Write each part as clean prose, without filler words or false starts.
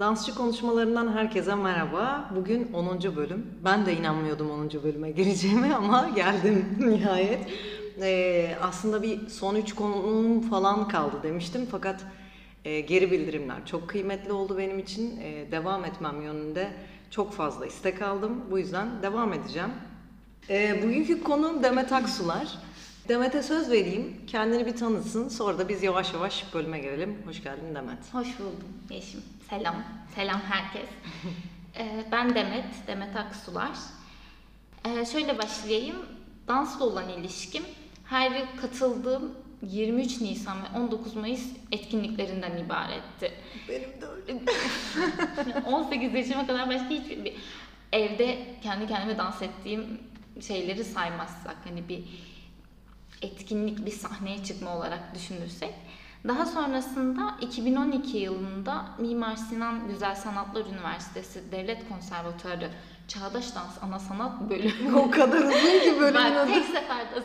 Dansçı konuşmalarından herkese merhaba. Bugün 10. bölüm. Ben de inanmıyordum 10. bölüme geleceğime ama geldim nihayet. Aslında bir son 3 konum falan kaldı demiştim fakat geri bildirimler çok kıymetli oldu benim için. Devam etmem yönünde çok fazla istek aldım. Bu yüzden devam edeceğim. Bugünkü konum Demet Aksular. Demet'e söz vereyim, kendini bir tanıtsın, sonra da biz yavaş yavaş bölüme gelelim. Hoş geldin Demet. Hoş buldum Yeşim. Selam. Selam herkes. Ben Demet Aksular. Şöyle başlayayım. Dansla olan ilişkim her yıl katıldığım 23 Nisan ve 19 Mayıs etkinliklerinden ibaretti. Benim de öyle. 18 yaşıma kadar başka hiçbir evde kendi kendime dans ettiğim şeyleri saymazsak, hani bir etkinlik, bir sahneye çıkma olarak düşünürsek. Daha sonrasında 2012 yılında Mimar Sinan Güzel Sanatlar Üniversitesi Devlet Konservatuarı Çağdaş Dans Ana Sanat Bölümü. O kadar uzun ki bölümün adı. Tek seferde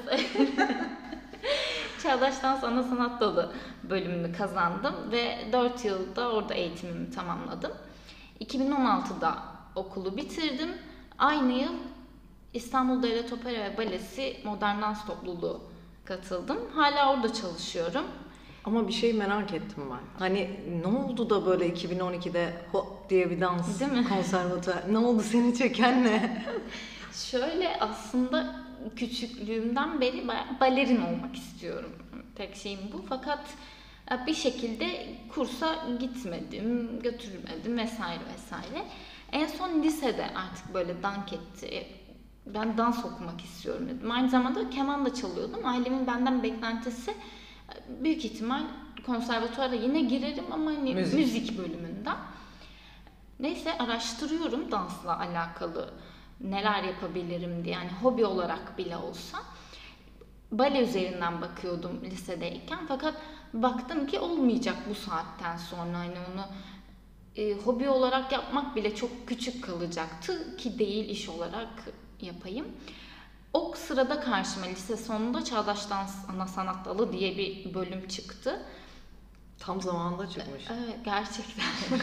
Çağdaş Dans Ana Sanat Dalı bölümünü kazandım ve 4 yılda orada eğitimimi tamamladım. 2016'da okulu bitirdim. Aynı yıl İstanbul Devlet Opera ve Balesi Modern Dans Topluluğu katıldım. Hala orada çalışıyorum. Ama bir şey merak ettim ben. Hani ne oldu da böyle 2012'de hop diye bir dans konservatuar. Ne oldu, seni çeken ne? Şöyle, aslında küçüklüğümden beri balerin olmak istiyorum. Tek şeyim bu. Fakat bir şekilde kursa gitmedim, götürmedim vesaire vesaire. En son lisede artık böyle dank etti. Ben dans okumak istiyorum dedim. Aynı zamanda keman da çalıyordum. Ailemin benden beklentisi büyük ihtimal konservatuara yine girerim ama hani müzik bölümünden. Neyse, araştırıyorum dansla alakalı neler yapabilirim diye. Yani hobi olarak bile olsa. Bale üzerinden bakıyordum lisedeyken. Fakat baktım ki olmayacak bu saatten sonra. Hani onu hobi olarak yapmak bile çok küçük kalacaktı ki değil, iş olarak yapayım. O sırada karşıma lise sonunda Çağdaş Dans Ana Sanat Dalı diye bir bölüm çıktı. Tam zamanında çıkmış. Evet, gerçekten.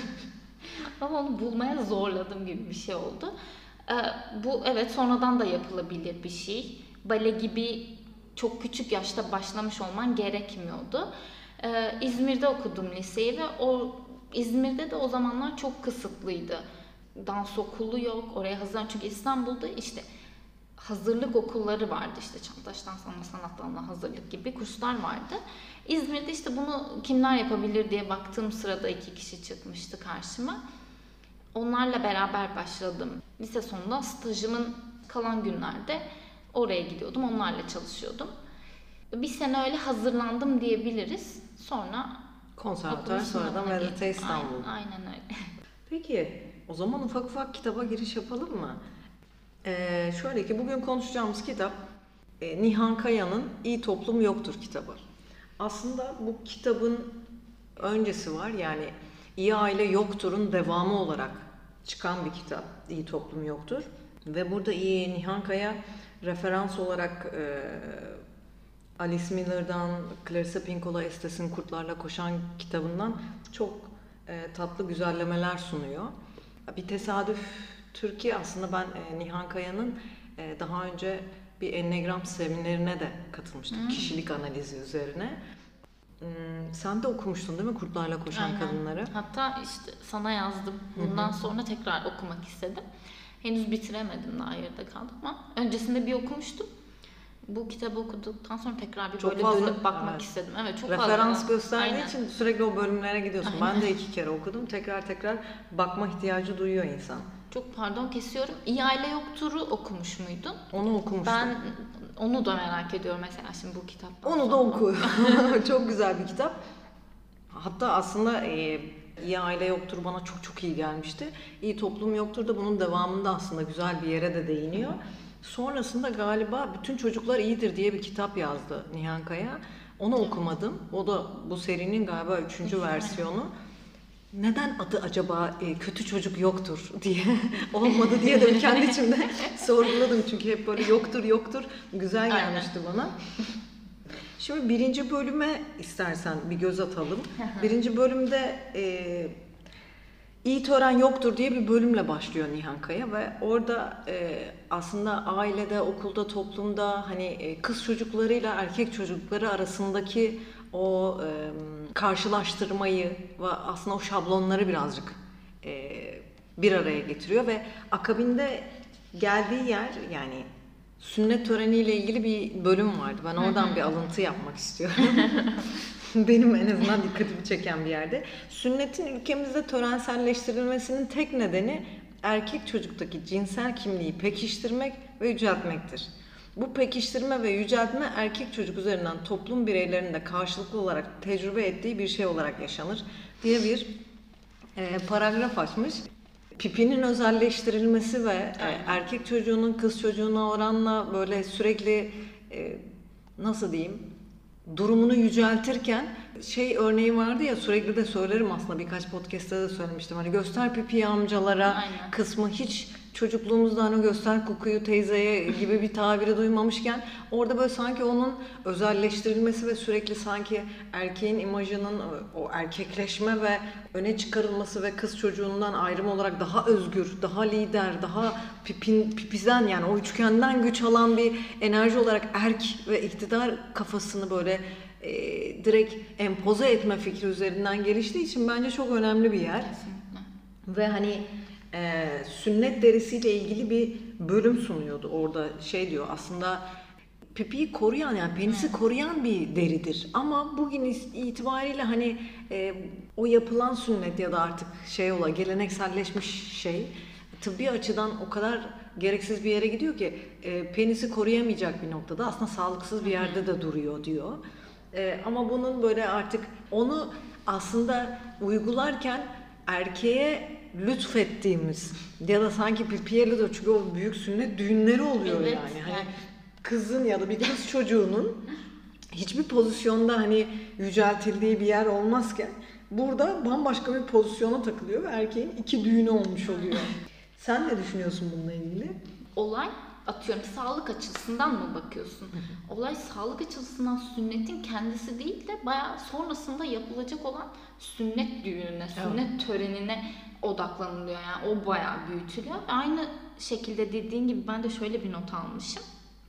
Ama onu bulmaya zorladım gibi bir şey oldu. Bu evet sonradan da yapılabilir bir şey. Bale gibi çok küçük yaşta başlamış olman gerekmiyordu. İzmir'de okudum liseyi ve İzmir'de de o zamanlar çok kısıtlıydı. Dans okulu yok, oraya hazırlan. Çünkü İstanbul'da işte hazırlık okulları vardı, işte Çağdaş Dans Ana Sanat Dalı'na hazırlık gibi kurslar vardı. İzmir'de işte bunu kimler yapabilir diye baktığım sırada 2 kişi çıkmıştı karşıma. Onlarla beraber başladım. Lise sonunda stajımın kalan günlerde oraya gidiyordum, onlarla çalışıyordum. Bir sene öyle hazırlandım diyebiliriz. Sonra konservatuar, sonra da MDT İstanbul. Aynen öyle. Peki, o zaman ufak ufak kitaba giriş yapalım mı? Şöyle ki, bugün konuşacağımız kitap Nihan Kaya'nın İyi Toplum Yoktur kitabı. Aslında bu kitabın öncesi var, yani İyi Aile Yoktur'un devamı olarak çıkan bir kitap İyi Toplum Yoktur. Ve burada Nihan Kaya referans olarak Alice Miller'dan, Clarissa Pinkola Estes'in Kurtlarla Koşan kitabından çok tatlı güzellemeler sunuyor. Bir tesadüf Türkiye, aslında ben Nihan Kaya'nın daha önce bir enneagram seminerine de katılmıştım. Kişilik analizi üzerine. Sen de okumuştun değil mi Kurtlarla Koşan Aynen. Kadınları? Hatta işte sana yazdım. Bundan sonra tekrar okumak istedim. Henüz bitiremedim, daha yarıda kaldım ama öncesinde bir okumuştum. Bu kitabı okuduktan sonra tekrar bir çok böyle fazla, dönüp bakmak evet, istedim. Evet, çok referans fazla. gösterdiği Aynen. için sürekli o bölümlere gidiyorsun. Aynen. Ben de 2 kere okudum. Tekrar bakma ihtiyacı duyuyor insan. Çok pardon, kesiyorum. İyi Aile Yoktur'u okumuş muydun? Onu okumuştum. Ben onu da merak ediyorum mesela şimdi bu kitaptan Onu da sonra. oku. Çok güzel bir kitap. Hatta aslında İyi Aile Yoktur bana çok iyi gelmişti. İyi Toplum Yoktur da bunun devamında aslında güzel bir yere de değiniyor. Sonrasında galiba Bütün Çocuklar İyidir diye bir kitap yazdı Nihan Kaya. Onu okumadım. O da bu serinin galiba 3. versiyonu. Neden adı acaba Kötü Çocuk Yoktur diye olmadı diye de kendi içimde sorguladım. Çünkü hep böyle yoktur güzel gelmişti bana. Şimdi 1. bölüme istersen bir göz atalım. 1. bölümde İyi tören yoktur diye bir bölümle başlıyor Nihan Kaya ve orada aslında ailede, okulda, toplumda hani kız çocuklarıyla erkek çocukları arasındaki o karşılaştırmayı ve aslında o şablonları birazcık bir araya getiriyor ve akabinde geldiği yer, yani sünnet töreniyle ilgili bir bölüm vardı. Ben oradan bir alıntı yapmak istiyorum. Benim en azından dikkatimi çeken bir yerde. Sünnetin ülkemizde törenselleştirilmesinin tek nedeni erkek çocuktaki cinsel kimliği pekiştirmek ve yüceltmektir. Bu pekiştirme ve yüceltme erkek çocuk üzerinden toplum bireylerinin de karşılıklı olarak tecrübe ettiği bir şey olarak yaşanır diye bir paragraf açmış. Pipinin özelleştirilmesi ve erkek çocuğunun kız çocuğuna oranla böyle sürekli nasıl diyeyim, durumunu yüceltirken şey örneği vardı ya, sürekli de söylerim aslında, birkaç podcast'ta da söylemiştim. Hani göster pipiyi amcalara Aynen. kısmı, hiç çocukluğumuzda hani göster kokuyu teyzeye gibi bir tabiri duymamışken orada böyle sanki onun özelleştirilmesi ve sürekli sanki erkeğin imajının o erkekleşme ve öne çıkarılması ve kız çocuğundan ayrım olarak daha özgür, daha lider, daha pipizden, yani o üçgenden güç alan bir enerji olarak erk ve iktidar kafasını böyle direkt empoze etme fikri üzerinden geliştiği için bence çok önemli bir yer. Kesinlikle. Ve hani sünnet derisiyle ilgili bir bölüm sunuyordu. Orada şey diyor, aslında pipiyi koruyan, yani penisi koruyan bir deridir. Ama bugün itibariyle hani o yapılan sünnet ya da artık gelenekselleşmiş şey tıbbi açıdan o kadar gereksiz bir yere gidiyor ki penisi koruyamayacak bir noktada, aslında sağlıksız bir yerde de duruyor diyor. Ama bunun böyle artık onu aslında uygularken erkeğe lütfettiğimiz ya da sanki pipiye de, çünkü o büyük sünnet düğünleri oluyor Evet, yani. Hani yani. kızın ya da bir kız çocuğunun hiçbir pozisyonda hani yüceltildiği bir yer olmazken burada bambaşka bir pozisyona takılıyor ve erkeğin iki düğünü olmuş oluyor. Sen ne düşünüyorsun bununla ilgili? Olay, atıyorum, sağlık açısından mı bakıyorsun? Olay sağlık açısından sünnetin kendisi değil de bayağı sonrasında yapılacak olan sünnet düğününe, sünnet törenine odaklanılıyor. Yani o bayağı büyütülüyor. Aynı şekilde dediğin gibi ben de şöyle bir not almışım.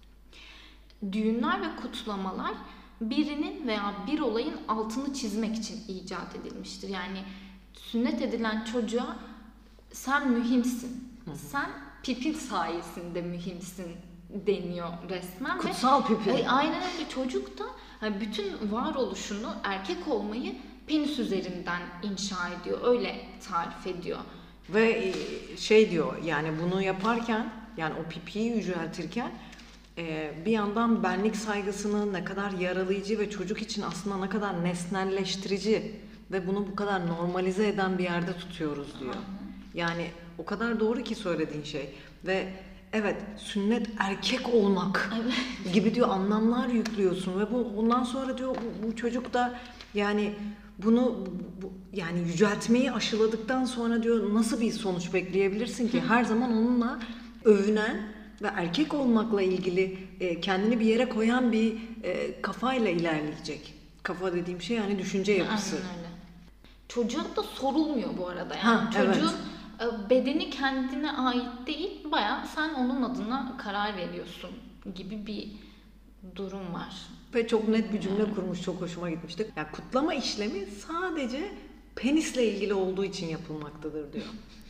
Düğünler ve kutlamalar birinin veya bir olayın altını çizmek için icat edilmiştir. Yani sünnet edilen çocuğa sen mühimsin, sen pipin sayesinde mühimsin deniyor resmen. Kutsal pipi. Aynen öyle. Çocuk da bütün varoluşunu, erkek olmayı penis üzerinden inşa ediyor. Öyle tarif ediyor. Ve şey diyor, yani bunu yaparken, yani o pipiyi yüceltirken bir yandan benlik saygısını ne kadar yaralayıcı ve çocuk için aslında ne kadar nesnelleştirici ve bunu bu kadar normalize eden bir yerde tutuyoruz diyor. Yani o kadar doğru ki söylediğin şey. Ve evet, sünnet erkek olmak gibi diyor anlamlar yüklüyorsun ve bundan sonra diyor bu çocuk da yani bunu yani yüceltmeyi aşıladıktan sonra diyor nasıl bir sonuç bekleyebilirsin ki? Her zaman onunla övünen ve erkek olmakla ilgili kendini bir yere koyan bir kafayla ilerleyecek. Kafa dediğim şey yani düşünce yapısı. Aynen öyle. Çocuğa da sorulmuyor bu arada. Yani çocuğun bedeni kendine ait değil, bayağı sen onun adına karar veriyorsun gibi bir durum var. Ve çok net bir cümle kurmuş, çok hoşuma gitmişti. Yani kutlama işlemi sadece penisle ilgili olduğu için yapılmaktadır diyor.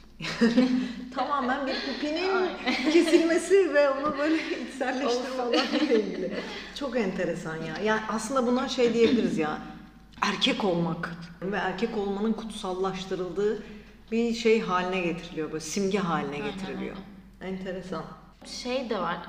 Tamamen bir pipinin kesilmesi ve onu böyle içselleştirme olayla ilgili. Çok enteresan ya. Yani aslında buna şey diyebiliriz ya. Erkek olmak ve erkek olmanın kutsallaştırıldığı bir şey haline getiriliyor. Böyle simge haline getiriliyor. Enteresan. Şey de var.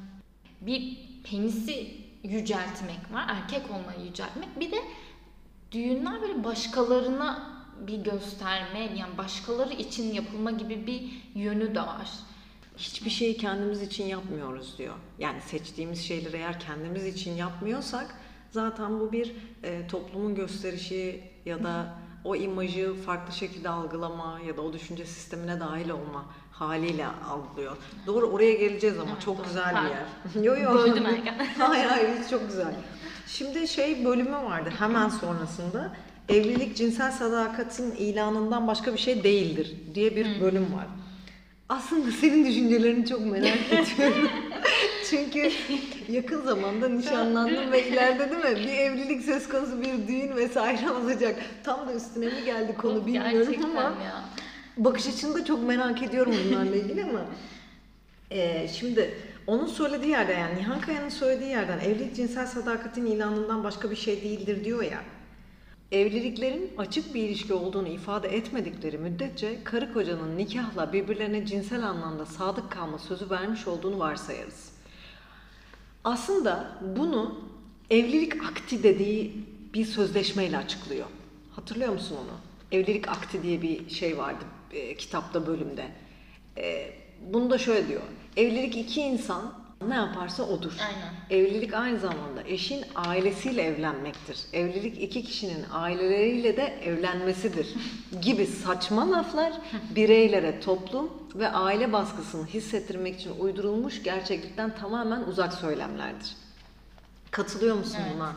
Bir penisi yüceltmek var. Erkek olmayı yüceltmek. Bir de düğünler böyle başkalarına bir gösterme, yani başkaları için yapılma gibi bir yönü de var. Hiçbir şeyi kendimiz için yapmıyoruz diyor. Yani seçtiğimiz şeyleri eğer kendimiz için yapmıyorsak zaten bu bir toplumun gösterişi ya da o imajı farklı şekilde algılama ya da o düşünce sistemine dahil olma haliyle algılıyor. Doğru, oraya geleceğiz ama Evet, çok doğru. güzel bir yer. Yo. Böldüm erken. Hayır, çok güzel. Şimdi bölümü vardı hemen sonrasında. evlilik cinsel sadakatin ilanından başka bir şey değildir diye bir bölüm var. Aslında senin düşüncelerini çok merak ediyorum. Çünkü yakın zamanda nişanlandım ve ileride değil mi bir evlilik söz konusu, bir düğün vesaire olacak. Tam da üstüne mi geldi konu bilmiyorum Gerçekten ama ya. bakış açını da çok merak ediyorum bunlarla ilgili ama şimdi onun söylediği yerde, yani Nihan Kaya'nın söylediği yerden evlilik cinsel sadakatin ilanından başka bir şey değildir diyor ya. Evliliklerin açık bir ilişki olduğunu ifade etmedikleri müddetçe karı kocanın nikahla birbirlerine cinsel anlamda sadık kalma sözü vermiş olduğunu varsayarız. Aslında bunu evlilik akti dediği bir sözleşmeyle açıklıyor. Hatırlıyor musun onu? Evlilik akti diye bir şey vardı kitapta, bölümde. Bunu da şöyle diyor. Evlilik iki insan ne yaparsa odur. Aynen. Evlilik aynı zamanda eşin ailesiyle evlenmektir. Evlilik iki kişinin aileleriyle de evlenmesidir gibi saçma laflar bireylere toplum ve aile baskısını hissettirmek için uydurulmuş, gerçeklikten tamamen uzak söylemlerdir. Katılıyor musun buna?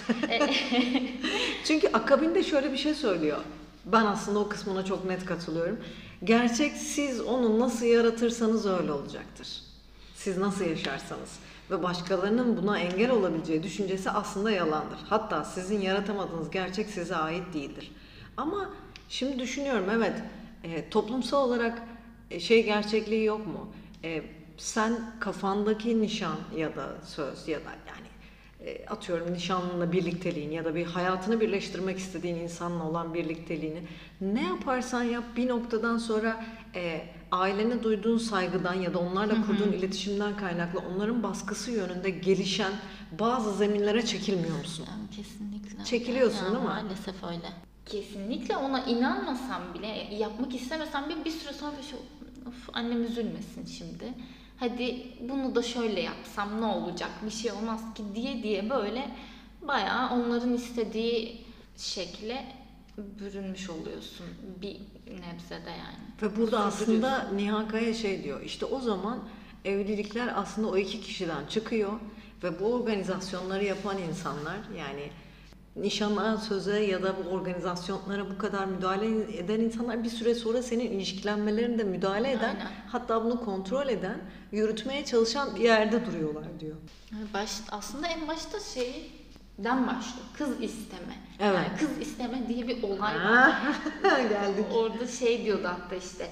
Çünkü akabinde şöyle bir şey söylüyor. Ben aslında o kısmına çok net katılıyorum. Gerçek, siz onu nasıl yaratırsanız öyle olacaktır. Siz nasıl yaşarsanız ve başkalarının buna engel olabileceği düşüncesi aslında yalandır. Hatta sizin yaratamadığınız gerçek size ait değildir. Ama şimdi düşünüyorum, evet, toplumsal olarak gerçekliği yok mu? Sen kafandaki nişan ya da söz ya da yani atıyorum nişanlınla birlikteliğin ya da bir hayatını birleştirmek istediğin insanla olan birlikteliğini ne yaparsan yap bir noktadan sonra ailene duyduğun saygıdan ya da onlarla kurduğun iletişimden kaynaklı onların baskısı yönünde gelişen bazı zeminlere çekilmiyor musun? Yani kesinlikle. Çekiliyorsun değil mi? Maalesef öyle. Kesinlikle ona inanmasam bile, yapmak istemesem bile bir süre sonra of, annem üzülmesin şimdi. Hadi bunu da şöyle yapsam ne olacak, bir şey olmaz ki diye böyle bayağı onların istediği şekle bürünmüş oluyorsun bir nebzede yani. Ve burada aslında Nihan Kaya diyor, işte o zaman evlilikler aslında o iki kişiden çıkıyor ve bu organizasyonları yapan insanlar, yani nişana, söze ya da bu organizasyonlara bu kadar müdahale eden insanlar bir süre sonra senin ilişkilenmelerinde müdahale eden, Aynen. hatta bunu kontrol eden, yürütmeye çalışan bir yerde duruyorlar diyor. Aslında en başta şeyden başlıyor. Kız isteme. Evet. Yani kız isteme diye bir olay var. Geldik. Orada diyordu hatta işte.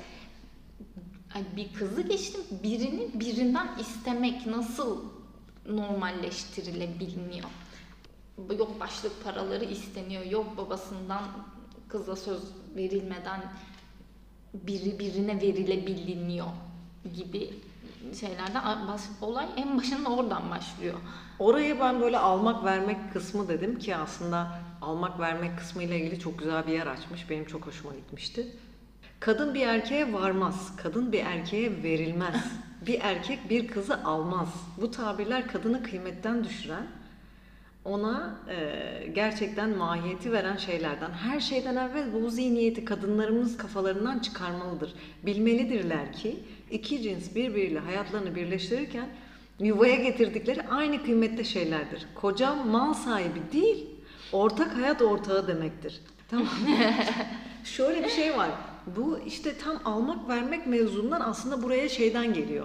Bir kızı geçtim, birini birinden istemek nasıl normalleştirilebiliyor? Yok başlık paraları isteniyor, yok babasından kıza söz verilmeden biri birine verilebiliniyor gibi şeylerden olay en başında oradan başlıyor. Oraya ben böyle almak vermek kısmı dedim ki aslında almak vermek kısmı ile ilgili çok güzel bir yer açmış. Benim çok hoşuma gitmişti. Kadın bir erkeğe varmaz, kadın bir erkeğe verilmez. Bir erkek bir kızı almaz. Bu tabirler kadını kıymetten düşüren, ona gerçekten mahiyeti veren şeylerden. Her şeyden evvel bu zihniyeti kadınlarımız kafalarından çıkarmalıdır. Bilmelidirler ki iki cins birbiriyle hayatlarını birleştirirken yuvaya getirdikleri aynı kıymette şeylerdir. Koca mal sahibi değil, ortak hayat ortağı demektir. Tamam mı? Şöyle bir şey var. Bu işte tam almak vermek mevzundan aslında buraya geliyor.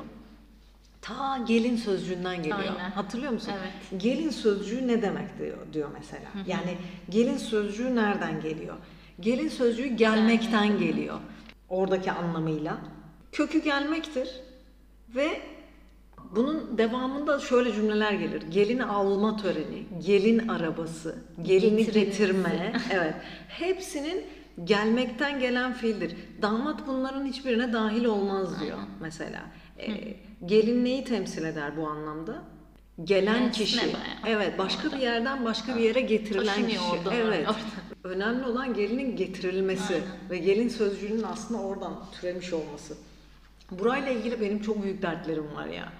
Ta gelin sözcüğünden geliyor. Aynen. Hatırlıyor musun? Evet. Gelin sözcüğü ne demek diyor mesela. Yani gelin sözcüğü nereden geliyor? Gelin sözcüğü gelmekten geliyor. Oradaki anlamıyla. Kökü gelmektir ve bunun devamında şöyle cümleler gelir. Gelin alma töreni, gelin arabası, gelini getirme. Evet. Hepsinin gelmekten gelen fiildir. Damat bunların hiçbirine dahil olmaz diyor mesela. Gelin neyi temsil eder bu anlamda? Gelen kişi. Evet, başka bir yerden başka bir yere getirilen kişi. Evet. Önemli olan gelinin getirilmesi ve gelin sözcüğünün aslında oradan türemiş olması. Burayla ilgili benim çok büyük dertlerim var ya.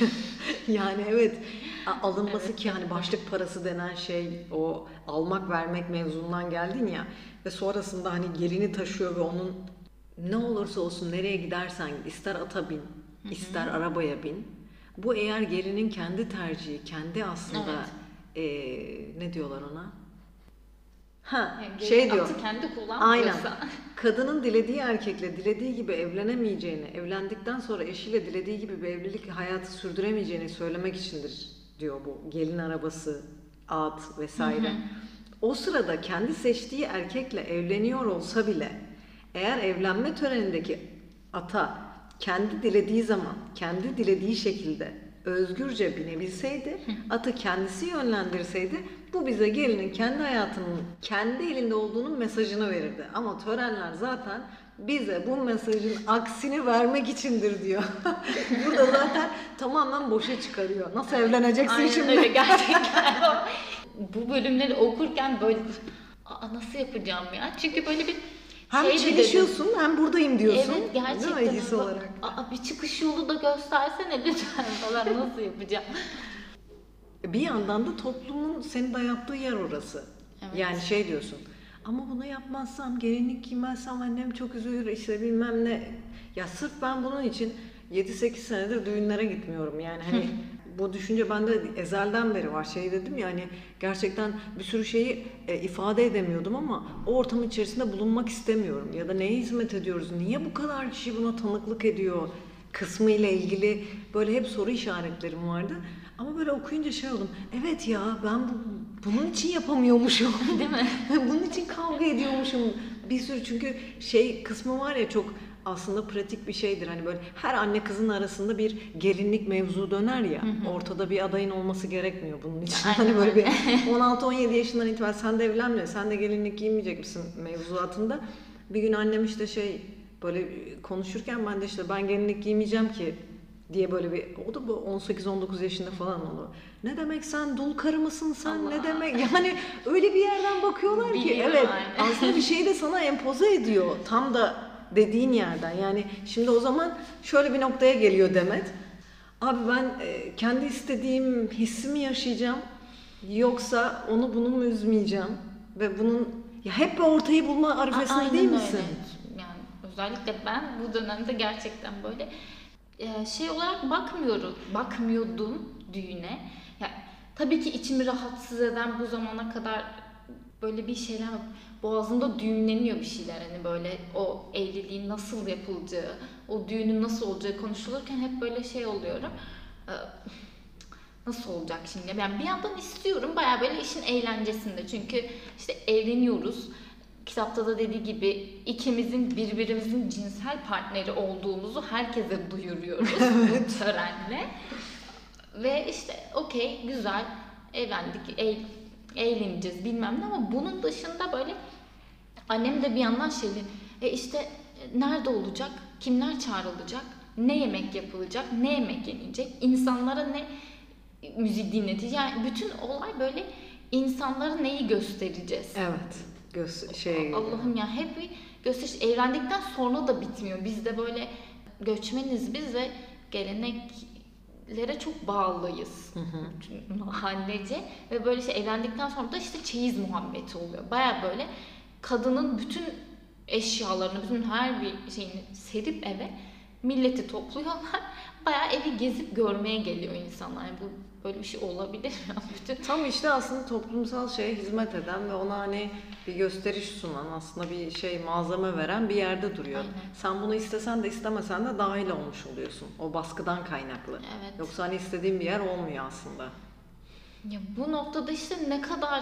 Yani evet, alınması ki hani başlık parası denen şey o almak vermek mevzundan geldin ya ve sonrasında hani gelini taşıyor ve onun ne olursa olsun nereye gidersen git, ister ata bin, ister arabaya bin. Bu eğer gelinin kendi tercihi, kendi aslında ne diyorlar ona? Ha, Yani şey diyor. atı kendi Aynen. kullanmıyorsa. Kadının dilediği erkekle dilediği gibi evlenemeyeceğini, evlendikten sonra eşiyle dilediği gibi bir evlilik hayatı sürdüremeyeceğini söylemek içindir diyor bu. Gelin arabası, at vesaire. O sırada kendi seçtiği erkekle evleniyor olsa bile eğer evlenme törenindeki ata kendi dilediği zaman, kendi dilediği şekilde özgürce binebilseydi, atı kendisi yönlendirseydi bu bize gelinin kendi hayatının kendi elinde olduğunun mesajını verirdi. Ama törenler zaten bize bu mesajın aksini vermek içindir diyor. Burada zaten tamamen boşa çıkarıyor. Nasıl evleneceksin Aynen şimdi? öyle gerçekten. Bu bölümleri okurken böyle nasıl yapacağım ya? Çünkü böyle bir Hem şey de çelişiyorsun hem buradayım diyorsun. Evet gerçekten. Değil mi his Bak, olarak? bir çıkış yolu da göstersene lütfen falan nasıl yapacağım? Bir yandan da toplumun seni dayattığı yer orası. Evet. Yani şey diyorsun. Ama bunu yapmazsam, gelinlik giymezsem annem çok üzülür işte bilmem ne. Ya sırf ben bunun için 7-8 senedir düğünlere gitmiyorum. Yani hani bu düşünce bende ezelden beri var. Şey dedim ya hani gerçekten bir sürü şeyi ifade edemiyordum ama o ortamın içerisinde bulunmak istemiyorum. Ya da neye hizmet ediyoruz? Niye bu kadar kişi buna tanıklık ediyor? Kısmı ile ilgili böyle hep soru işaretlerim vardı. Ama böyle okuyunca şey oldum. Evet ya ben bunun için yapamıyormuşum. Değil mi? Bunun için kavga ediyormuşum. Bir sürü çünkü şey kısmı var ya çok aslında pratik bir şeydir. Hani böyle her anne kızın arasında bir gelinlik mevzu döner ya. Ortada bir adayın olması gerekmiyor bunun için. Aynen. Hani böyle bir 16-17 yaşından itibaren sen de evlenme, sen de gelinlik giymeyecek misin mevzuatında. Bir gün annem işte şey böyle konuşurken ben de işte ben gelinlik giymeyeceğim ki diye böyle bir o da bu 18-19 yaşında falan olur. Ne demek sen dul karı mısın sen Allah. ne demek yani öyle bir yerden bakıyorlar ki Biliyorum, evet aynen. aslında bir şey de sana empoze ediyor tam da dediğin yerden yani şimdi o zaman şöyle bir noktaya geliyor Demet. Abi ben kendi istediğim hissimi yaşayacağım yoksa onu bunu mu üzmeyeceğim ve bunun ya hep bir ortayı bulma arifesinde Aynen değil öyle. misin? Yani özellikle ben bu dönemde gerçekten böyle şey olarak bakmıyordum düğüne. Ya, tabii ki içimi rahatsız eden bu zamana kadar böyle bir şeyler boğazımda düğümleniyor bir şeyler hani böyle o evliliğin nasıl yapılacağı, o düğünün nasıl olacağı konuşulurken hep böyle şey oluyorum. Nasıl olacak şimdi? Yani bir yandan istiyorum bayağı böyle işin eğlencesinde. Çünkü işte evleniyoruz. Kitapta da dediği gibi ikimizin birbirimizin cinsel partneri olduğumuzu herkese duyuruyoruz bu törenle. Ve işte okey güzel evlendik, eğleneceğiz bilmem ne ama bunun dışında böyle annem de bir yandan şeydi. İşte nerede olacak, kimler çağrılacak, ne yemek yapılacak, ne yemek yenilecek, insanlara ne müzik dinleteceğiz. Yani bütün olay böyle insanlara neyi göstereceğiz. Evet. Allah'ım ya hep bir gösteriş evlendikten sonra da bitmiyor. Biz de böyle göçmeniz biz ve geleneklere çok bağlıyız. Mahallece ve böyle şey evlendikten sonra da işte çeyiz muhabbeti oluyor. Baya böyle kadının bütün eşyalarını, bütün her bir şeyini serip eve milleti topluyorlar. Bayağı evi gezip görmeye geliyor insanlar. Yani bu böyle bir şey olabilir mi? Bütün Tam işte aslında toplumsal şeye hizmet eden ve ona hani bir gösteriş sunan aslında bir şey malzeme veren bir yerde duruyor. Aynen. Sen bunu istesen de istemesen de dahil olmuş oluyorsun. O baskıdan kaynaklı. Evet. Yoksa hani istediğin bir yer olmuyor aslında. Ya bu noktada işte ne kadar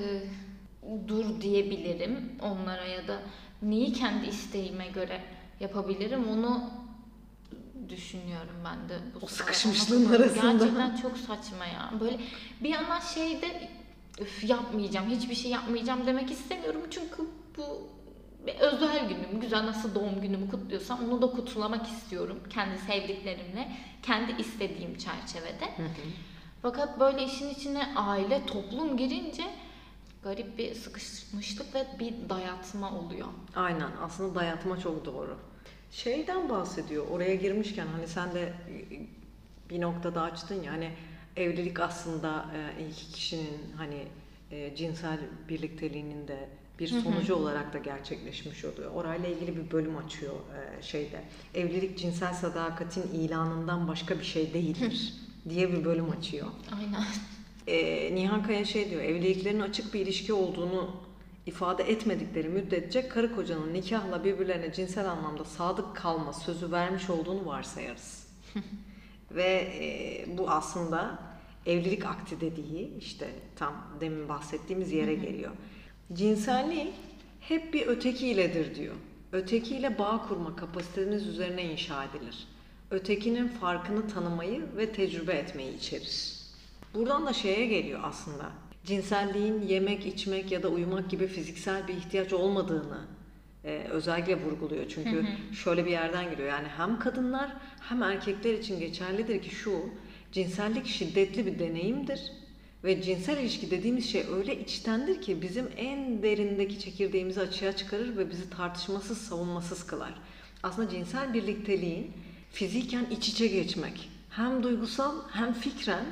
dur diyebilirim onlara ya da neyi kendi isteğime göre yapabilirim onu düşünüyorum ben de. Bu O sıralar. sıkışmışlığın Ama arasında. gerçekten çok saçma ya. Böyle bir yandan şeyde yapmayacağım, hiçbir şey yapmayacağım demek istemiyorum. Çünkü bu bir özel günüm. Güzel nasıl doğum günümü kutluyorsam onu da kutlamak istiyorum. Kendi sevdiklerimle, kendi istediğim çerçevede. Fakat böyle işin içine aile, toplum girince garip bir sıkışmışlık ve bir dayatma oluyor. Aynen aslında dayatma çok doğru. Şeyden bahsediyor oraya girmişken hani sen de bir noktada açtın ya hani evlilik aslında iki kişinin hani cinsel birlikteliğinin de bir sonucu olarak da gerçekleşmiş oluyor. Orayla ilgili bir bölüm açıyor şeyde. Evlilik cinsel sadakatin ilanından başka bir şey değildir diye bir bölüm açıyor. Aynen. Nihan Kaya şey diyor, evliliklerin açık bir ilişki olduğunu ifade etmedikleri müddetçe karı kocanın nikahla birbirlerine cinsel anlamda sadık kalma sözü vermiş olduğunu varsayarız. Ve bu aslında evlilik akdi dediği işte tam demin bahsettiğimiz yere geliyor. Cinsellik hep bir ötekiyledir diyor. Ötekiyle bağ kurma kapasiteniz üzerine inşa edilir. Ötekinin farkını tanımayı ve tecrübe etmeyi içerir. Buradan da şeye geliyor aslında. Cinselliğin yemek, içmek ya da uyumak gibi fiziksel bir ihtiyaç olmadığını özellikle vurguluyor. Çünkü şöyle bir yerden geliyor. Yani hem kadınlar hem erkekler için geçerlidir ki şu, cinsellik şiddetli bir deneyimdir. Ve cinsel ilişki dediğimiz şey öyle içtendir ki bizim en derindeki çekirdeğimizi açığa çıkarır ve bizi tartışmasız, savunmasız kılar. Aslında cinsel birlikteliğin fiziken iç içe geçmek, hem duygusal hem fikren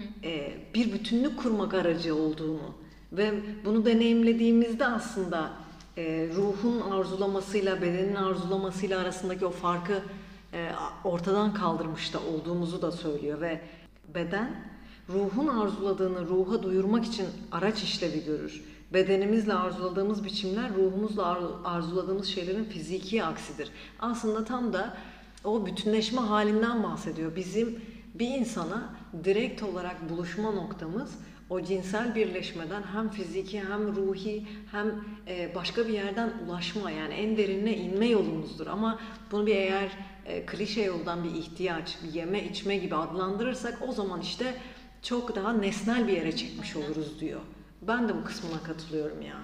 bir bütünlük kurmak aracı olduğunu ve bunu deneyimlediğimizde aslında ruhun arzulamasıyla bedenin arzulamasıyla arasındaki o farkı ortadan kaldırmış da olduğumuzu da söylüyor ve beden ruhun arzuladığını ruha duyurmak için araç işlevi görür. Bedenimizle arzuladığımız biçimler ruhumuzla arzuladığımız şeylerin fiziki aksidir. Aslında tam da o bütünleşme halinden bahsediyor. Bizim bir insana direkt olarak buluşma noktamız o cinsel birleşmeden hem fiziki hem ruhi hem başka bir yerden ulaşma, yani en derinine inme yolumuzdur. Ama bunu bir eğer klişe yoldan bir ihtiyaç, bir yeme içme gibi adlandırırsak o zaman işte çok daha nesnel bir yere çekmiş oluruz diyor. Ben de bu kısmına katılıyorum ya.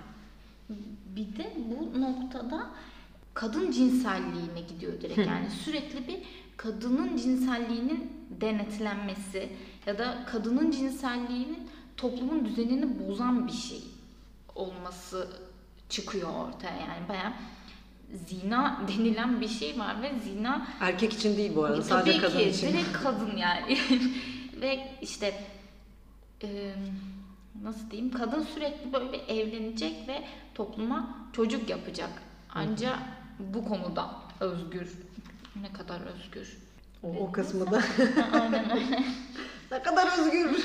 Bir de bu noktada kadın cinselliğine gidiyor direkt. Yani sürekli bir kadının cinselliğinin denetlenmesi ya da kadının cinselliğinin toplumun düzenini bozan bir şey olması çıkıyor ortaya. Yani bayağı zina denilen bir şey var ve zina erkek için değil bu arada, sadece kadın için. Tabii ki direkt kadın yani. Ve işte nasıl diyeyim, kadın sürekli böyle evlenecek ve topluma çocuk yapacak. Ancak bu konuda özgür. Ne kadar özgür. O kısmı da. Aynen öyle. Ne kadar özgür.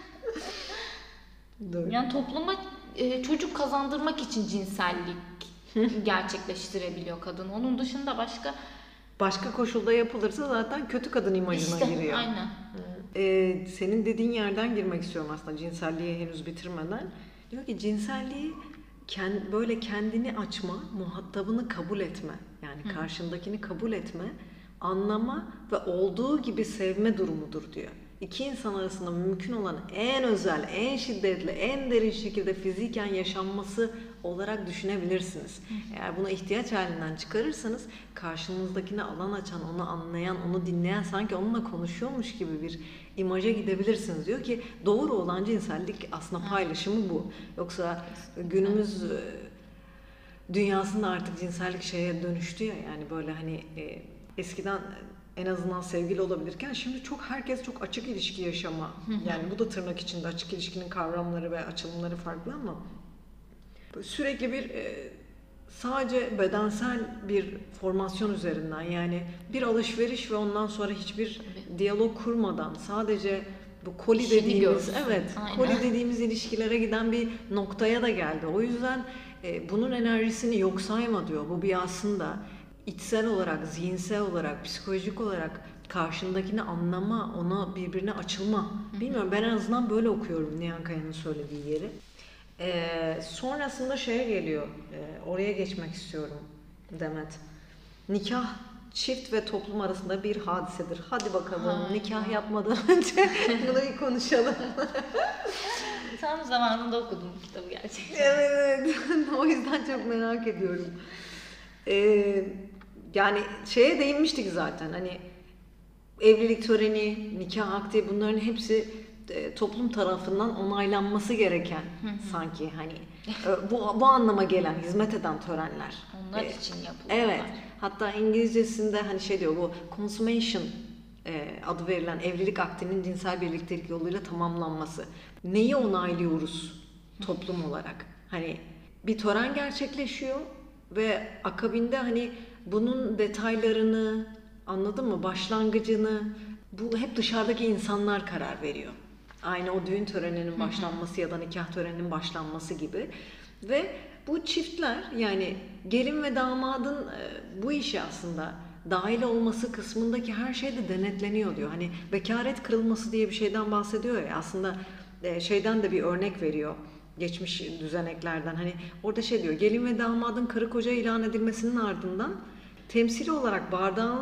Yani topluma çocuk kazandırmak için cinsellik gerçekleştirebiliyor kadın. Onun dışında başka koşulda yapılırsa zaten kötü kadın imajına işte, giriyor. Aynen. Senin dediğin yerden girmek istiyorum aslında cinselliği henüz bitirmeden. Diyor ki cinselliği böyle kendini açma, muhatabını kabul etme. Yani karşındakini kabul etme, anlama ve olduğu gibi sevme durumudur diyor. İki insan arasında mümkün olan en özel, en şiddetli, en derin şekilde fiziken yaşanması olarak düşünebilirsiniz. Eğer buna ihtiyaç halinden çıkarırsanız karşınızdakine alan açan, onu anlayan, onu dinleyen, sanki onunla konuşuyormuş gibi bir imaja gidebilirsiniz. Diyor ki doğru olan cinsellik aslında paylaşımı bu. Yoksa günümüz dünyasında artık cinsellik şeye dönüştü ya, yani böyle hani eskiden en azından sevgili olabilirken şimdi herkes çok açık ilişki yaşama. Yani bu da tırnak içinde açık ilişkinin kavramları ve açılımları farklı ama sürekli bir sadece bedensel bir formasyon üzerinden, yani bir alışveriş ve ondan sonra hiçbir diyalog kurmadan sadece bu koli dediğimiz koli dediğimiz ilişkilere giden bir noktaya da geldi. O yüzden bunun enerjisini yok sayma diyor. Bu bir aslında içsel olarak, zihinsel olarak, psikolojik olarak karşındakini anlama, ona birbirine açılma. Bilmiyorum, ben en azından böyle okuyorum Nihan Kaya'nın söylediği yeri. Sonrasında şeye geliyor, oraya geçmek istiyorum Demet. Nikah çift ve toplum arasında bir hadisedir. Hadi bakalım, nikah yapmadan önce bunu bir konuşalım. Tam zamanında okudum bu kitabı gerçekten. Evet. O yüzden çok merak ediyorum. Yani şeye değinmiştik zaten, hani evlilik töreni, nikah akdi, bunların hepsi toplum tarafından onaylanması gereken sanki hani bu anlama gelen, hizmet eden törenler. Onlar için yapılıyor. Evet. Hatta İngilizcesinde hani şey diyor, bu consummation adı verilen evlilik akdinin cinsel birliktelik yoluyla tamamlanması. Neyi onaylıyoruz toplum olarak? Hani bir tören gerçekleşiyor ve akabinde hani bunun detaylarını, anladın mı, başlangıcını, bu hep dışarıdaki insanlar karar veriyor. Aynı o düğün töreninin başlanması ya da nikah töreninin başlanması gibi. Ve bu çiftler yani gelin ve damadın bu işe aslında dahil olması kısmındaki her şey de denetleniyor diyor. Hani bekaret kırılması diye bir şeyden bahsediyor ya aslında şeyden de bir örnek veriyor. Geçmiş düzeneklerden hani orada şey diyor gelin ve damadın karı koca ilan edilmesinin ardından temsili olarak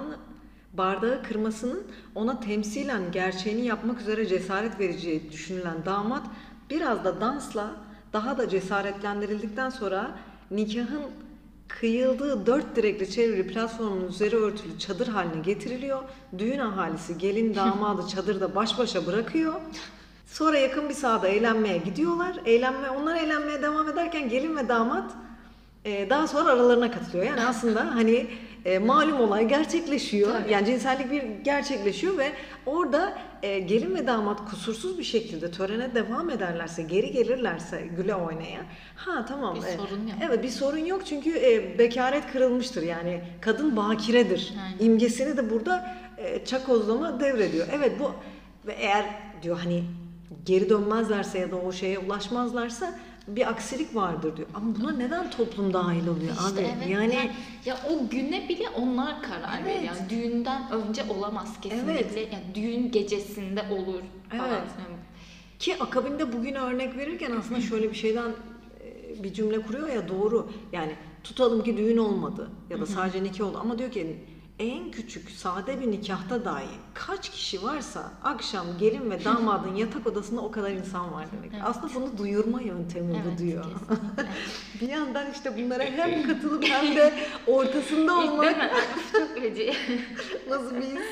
bardağı kırmasının ona temsilen gerçeğini yapmak üzere cesaret vereceği düşünülen damat biraz da dansla daha da cesaretlendirildikten sonra nikahın kıyıldığı 4 direkli çevrili platformun üzeri örtülü çadır haline getiriliyor. Düğün ahalisi gelin damadı çadırda baş başa bırakıyor. Sonra yakın bir sahada eğlenmeye gidiyorlar. Onlar eğlenmeye devam ederken gelin ve damat daha sonra aralarına katılıyor. Yani aslında hani malum olay gerçekleşiyor. Tabii. Yani cinsellik bir gerçekleşiyor ve orada gelin ve damat kusursuz bir şekilde törene devam ederlerse, geri gelirlerse güle oynaya. Ha tamam. Bir sorun yok. Evet bir sorun yok çünkü bekaret kırılmıştır. Yani kadın bakiredir. Aynen. İmgesini de burada çakozlama devrediyor. Evet bu ve eğer diyor hani geri dönmezlerse ya da o şeye ulaşmazlarsa bir aksilik vardır diyor. Ama buna neden toplum dahil oluyor İşte abi? evet, Yani ya o güne bile onlar karar Evet. veriyor. Yani düğünden önce olamaz kesinlikle. Evet. Yani düğün gecesinde olur falan. Evet. Yani ki akabinde bugün örnek verirken aslında şöyle bir şeyden bir cümle kuruyor ya doğru. Yani tutalım ki düğün olmadı ya da sadece nikah oldu ama diyor ki en küçük sade bir nikahta dahi kaç kişi varsa akşam gelin ve damadın yatak odasında o kadar insan var demek. Evet. Aslında bunu duyurma yöntemi bu Evet, diyor. kesinlikle. Bir yandan işte bunlara hem katılıp hem de ortasında İlk olmak deme. Çok feci. nasıl bir his?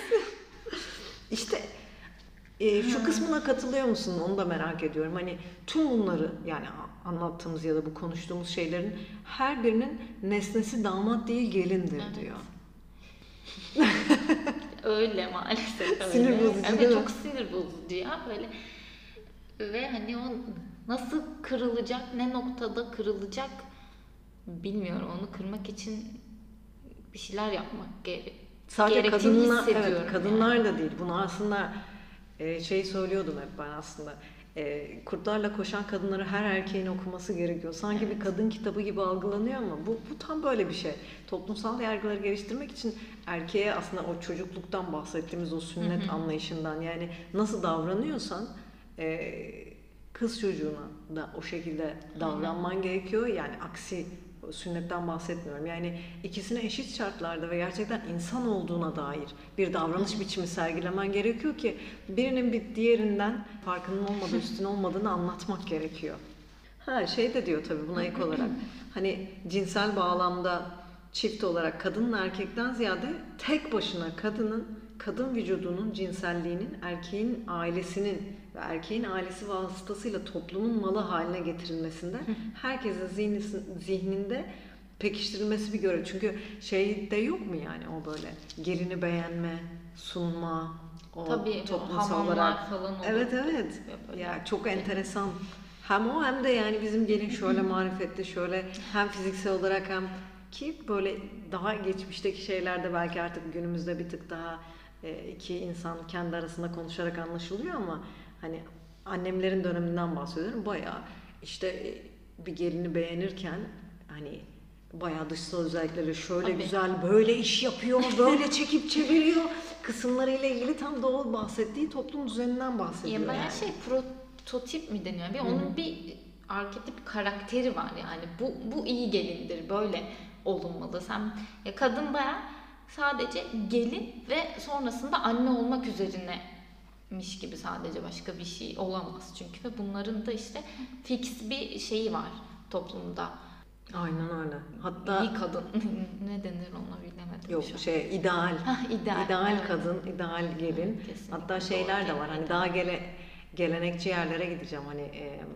İşte şu kısmına katılıyor musun? Onu da merak ediyorum. Hani tüm bunları yani anlattığımız ya da bu konuştuğumuz şeylerin her birinin nesnesi damat değil gelindir Evet. diyor. Öyle maalesef öyle. Sinir bozucu Evet, değil mi? çok sinir bozucu ya böyle. Ve hani o nasıl kırılacak, ne noktada kırılacak bilmiyorum. Onu kırmak için bir şeyler yapmak Sadece gerektiğini kadınlar, hissediyorum. evet, kadınlar da değil. Bunu aslında şey söylüyordum hep ben aslında. Kurtlarla Koşan Kadınları her erkeğin okuması gerekiyor. Sanki bir kadın kitabı gibi algılanıyor ama bu tam böyle bir şey. Toplumsal yargıları geliştirmek için erkeğe aslında o çocukluktan bahsettiğimiz o sünnet anlayışından yani nasıl davranıyorsan kız çocuğuna da o şekilde davranman gerekiyor. Yani aksi sünnetten bahsetmiyorum. Yani ikisine eşit şartlarda ve gerçekten insan olduğuna dair bir davranış biçimi sergilemen gerekiyor ki birinin bir diğerinden farkının olmadığı, üstün olmadığını anlatmak gerekiyor. Ha şey de diyor tabii buna ek olarak. Hani cinsel bağlamda çift olarak kadınla erkekten ziyade tek başına kadın vücudunun cinselliğinin erkeğin ailesinin ve erkeğin ailesi vasıtasıyla toplumun malı haline getirilmesinde herkesin zihninde pekiştirilmesi bir görev. Çünkü şey de yok mu yani o böyle gelini beğenme, sunma, o Tabii toplumsal hamamlar olarak. falan olur. Evet evet. Böyle. Ya çok enteresan. Hem o hem de yani bizim gelin şöyle marifetli, şöyle hem fiziksel olarak hem ki böyle daha geçmişteki şeylerde belki artık günümüzde bir tık daha iki insan kendi arasında konuşarak anlaşılıyor ama hani annemlerin döneminden bahsediyorum. Bayağı işte bir gelini beğenirken hani bayağı dışsal özellikleri şöyle Tabii. güzel böyle iş yapıyor, böyle çekip çeviriyor kısımlarıyla ilgili tam da o bahsettiği toplum düzeninden bahsediyor. Ya ben yani. şey prototip mi deniyor? Onun bir arketip karakteri var yani. Bu iyi gelindir. Böyle olunmalı. Sen ya kadın bayağı sadece gelin ve sonrasında anne olmak üzerinemiş gibi sadece başka bir şey olamaz çünkü ve bunların da işte fix bir şeyi var toplumda. Aynen öyle. Hatta İyi kadın ne denir ona bilemedim yok şu an. şey ideal. İdeal evet. kadın, ideal gelin. Kesinlikle Hatta doğru şeyler de var. kelime, Hani ideal. daha gelenekçi yerlere gideceğim. Hani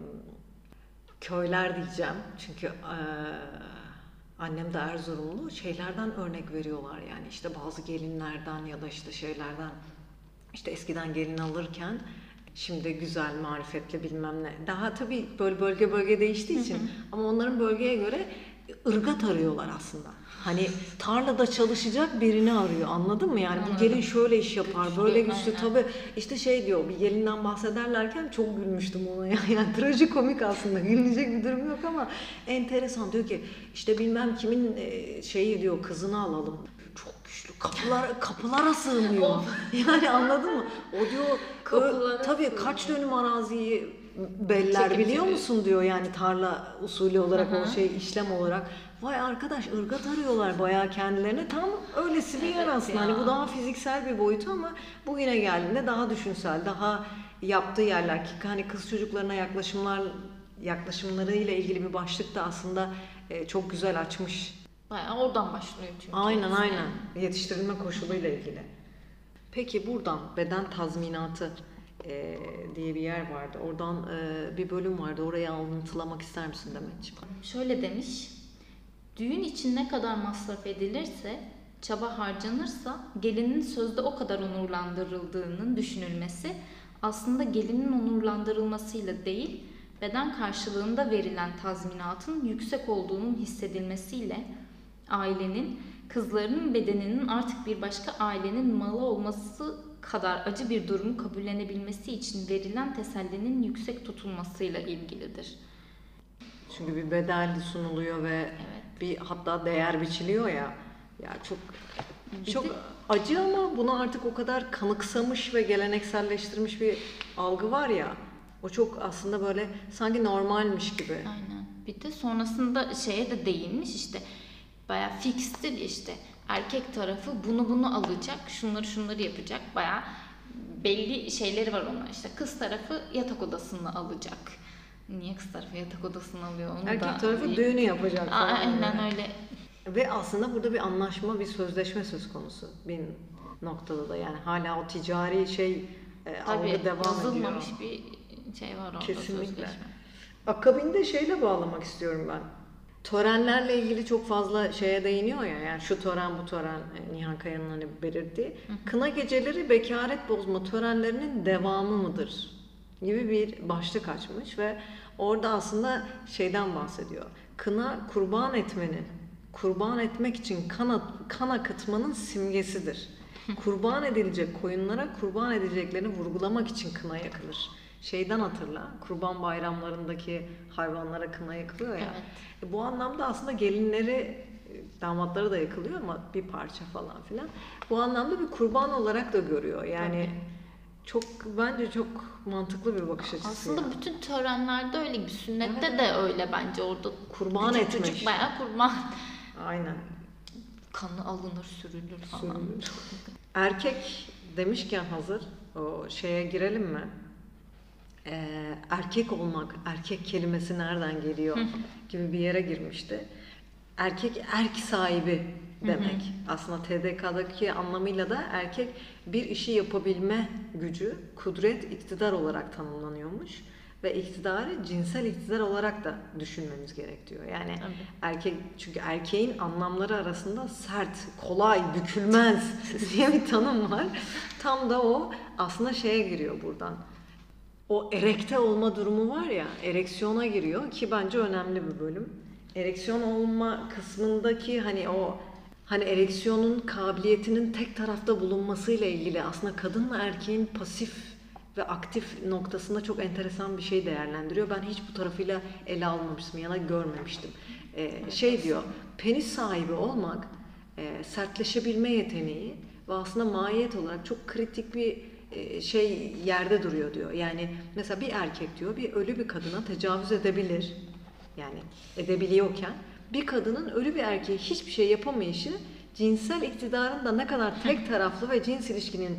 köyler diyeceğim. Çünkü annem de Erzurumlu. Şeylerden örnek veriyorlar yani. İşte bazı gelinlerden ya da işte şeylerden işte eskiden gelin alırken şimdi güzel, marifetli bilmem ne. Daha tabii böyle bölge değiştiği için ama onların bölgeye göre ırgat arıyorlar aslında. Hani tarlada çalışacak birini arıyor. Anladın mı? Yani bu gelin şöyle iş yapar, böyle güçlü. Tabii işte şey diyor, bir gelinden bahsederlerken çok gülmüştüm ona. Yani trajikomik aslında. Gülünecek bir durum yok ama enteresan. Diyor ki işte bilmem kimin şeyi diyor, kızını alalım. Çok güçlü. Kapılara sığmıyor. Yani anladın mı? O diyor tabii kaç dönüm araziyi beller biliyor musun diyor, yani tarla usulü olarak o şey işlem olarak. Vay arkadaş, ırgat arıyorlar bayağı kendilerine. Tam öylesi bir yer aslında. Hani bu daha fiziksel bir boyutu ama bugüne geldiğinde daha düşünsel, daha yaptığı yerler ki hani kız çocuklarına yaklaşımlarıyla ilgili bir başlık da aslında çok güzel açmış. Bayağı oradan başlıyor çünkü. Aynen. Yetiştirilme koşuluyla ilgili. Peki buradan beden tazminatı diye bir yer vardı. Oradan bir bölüm vardı. Orayı alıntılamak ister misin Demetciğim? Şöyle demiş. Düğün için ne kadar masraf edilirse, çaba harcanırsa gelinin sözde o kadar onurlandırıldığının düşünülmesi aslında gelinin onurlandırılmasıyla değil, beden karşılığında verilen tazminatın yüksek olduğunun hissedilmesiyle ailenin, kızlarının bedeninin artık bir başka ailenin malı olması kadar acı bir durumu kabullenebilmesi için verilen tesellinin yüksek tutulmasıyla ilgilidir. Çünkü bir bedel sunuluyor ve bir hatta değer biçiliyor ya. Ya çok acı ama bunu artık o kadar kanıksamış ve gelenekselleştirmiş bir algı var ya. O çok aslında böyle sanki normalmiş gibi. Aynen. Bir de sonrasında şeye de değinmiş, işte bayağı fikstir işte. Erkek tarafı bunu alacak, şunları yapacak. Bayağı belli şeyleri var ona. İşte kız tarafı yatak odasını alacak. Niye kız tarafı yatak odasını alıyor? Onu Erkek da tarafı düğünü yapacak falan. Aynen öyle. Ve aslında burada bir anlaşma, bir sözleşme söz konusu. Bir noktada da yani hala o ticari şey algı devam ediyor. Yazılmamış bir şey var orada. Kesinlikle. Sözleşme. Akabinde şeyle bağlamak istiyorum ben. Törenlerle ilgili çok fazla şeye değiniyor ya, yani şu tören bu tören, Nihan Kaya'nın hani belirttiği. Kına geceleri bekaret bozma törenlerinin devamı mıdır gibi bir başlık açmış ve orada aslında şeyden bahsediyor. Kına kurban etmek için kan akıtmanın simgesidir. Kurban edilecek koyunlara kurban edileceklerini vurgulamak için kına yakılır. Şeyden hatırla, kurban bayramlarındaki hayvanlara kına yakılıyor ya. Evet. Bu anlamda aslında gelinleri, damatları da yakılıyor ama bir parça falan filan. Bu anlamda bir kurban olarak da görüyor. Yani bence çok mantıklı bir bakış açısı. Aslında ya. bütün törenlerde öyle gibi, sünnette de öyle bence, orada kurban etmek. Çocuk bayağı kurban. Aynen. Kanı alınır, sürülür falan. Erkek demişken hazır o şeye girelim mi? Erkek olmak, erkek kelimesi nereden geliyor gibi bir yere girmişti. Erkek erk sahibi demek. Aslında TDK'daki anlamıyla da erkek bir işi yapabilme gücü, kudret, iktidar olarak tanımlanıyormuş. Ve iktidarı cinsel iktidar olarak da düşünmemiz gerek diyor. Yani erkek, çünkü erkeğin anlamları arasında sert, kolay, bükülmez diye bir tanım var. Tam da o aslında şeye giriyor buradan. O erekte olma durumu var ya, ereksiyona giriyor ki bence önemli bir bölüm. Ereksiyon olma kısmındaki hani ereksiyonun kabiliyetinin tek tarafta bulunmasıyla ilgili aslında kadınla erkeğin pasif ve aktif noktasında çok enteresan bir şey değerlendiriyor. Ben hiç bu tarafıyla ele almamıştım ya da görmemiştim. Şey diyor, penis sahibi olmak sertleşebilme yeteneği ve aslında mahiyet olarak çok kritik bir şey yerde duruyor diyor. Yani mesela bir erkek diyor bir ölü bir kadına tecavüz edebilir. Yani edebiliyorken bir kadının ölü bir erkeğe hiçbir şey yapamayışı cinsel iktidarın da ne kadar tek taraflı ve cins ilişkinin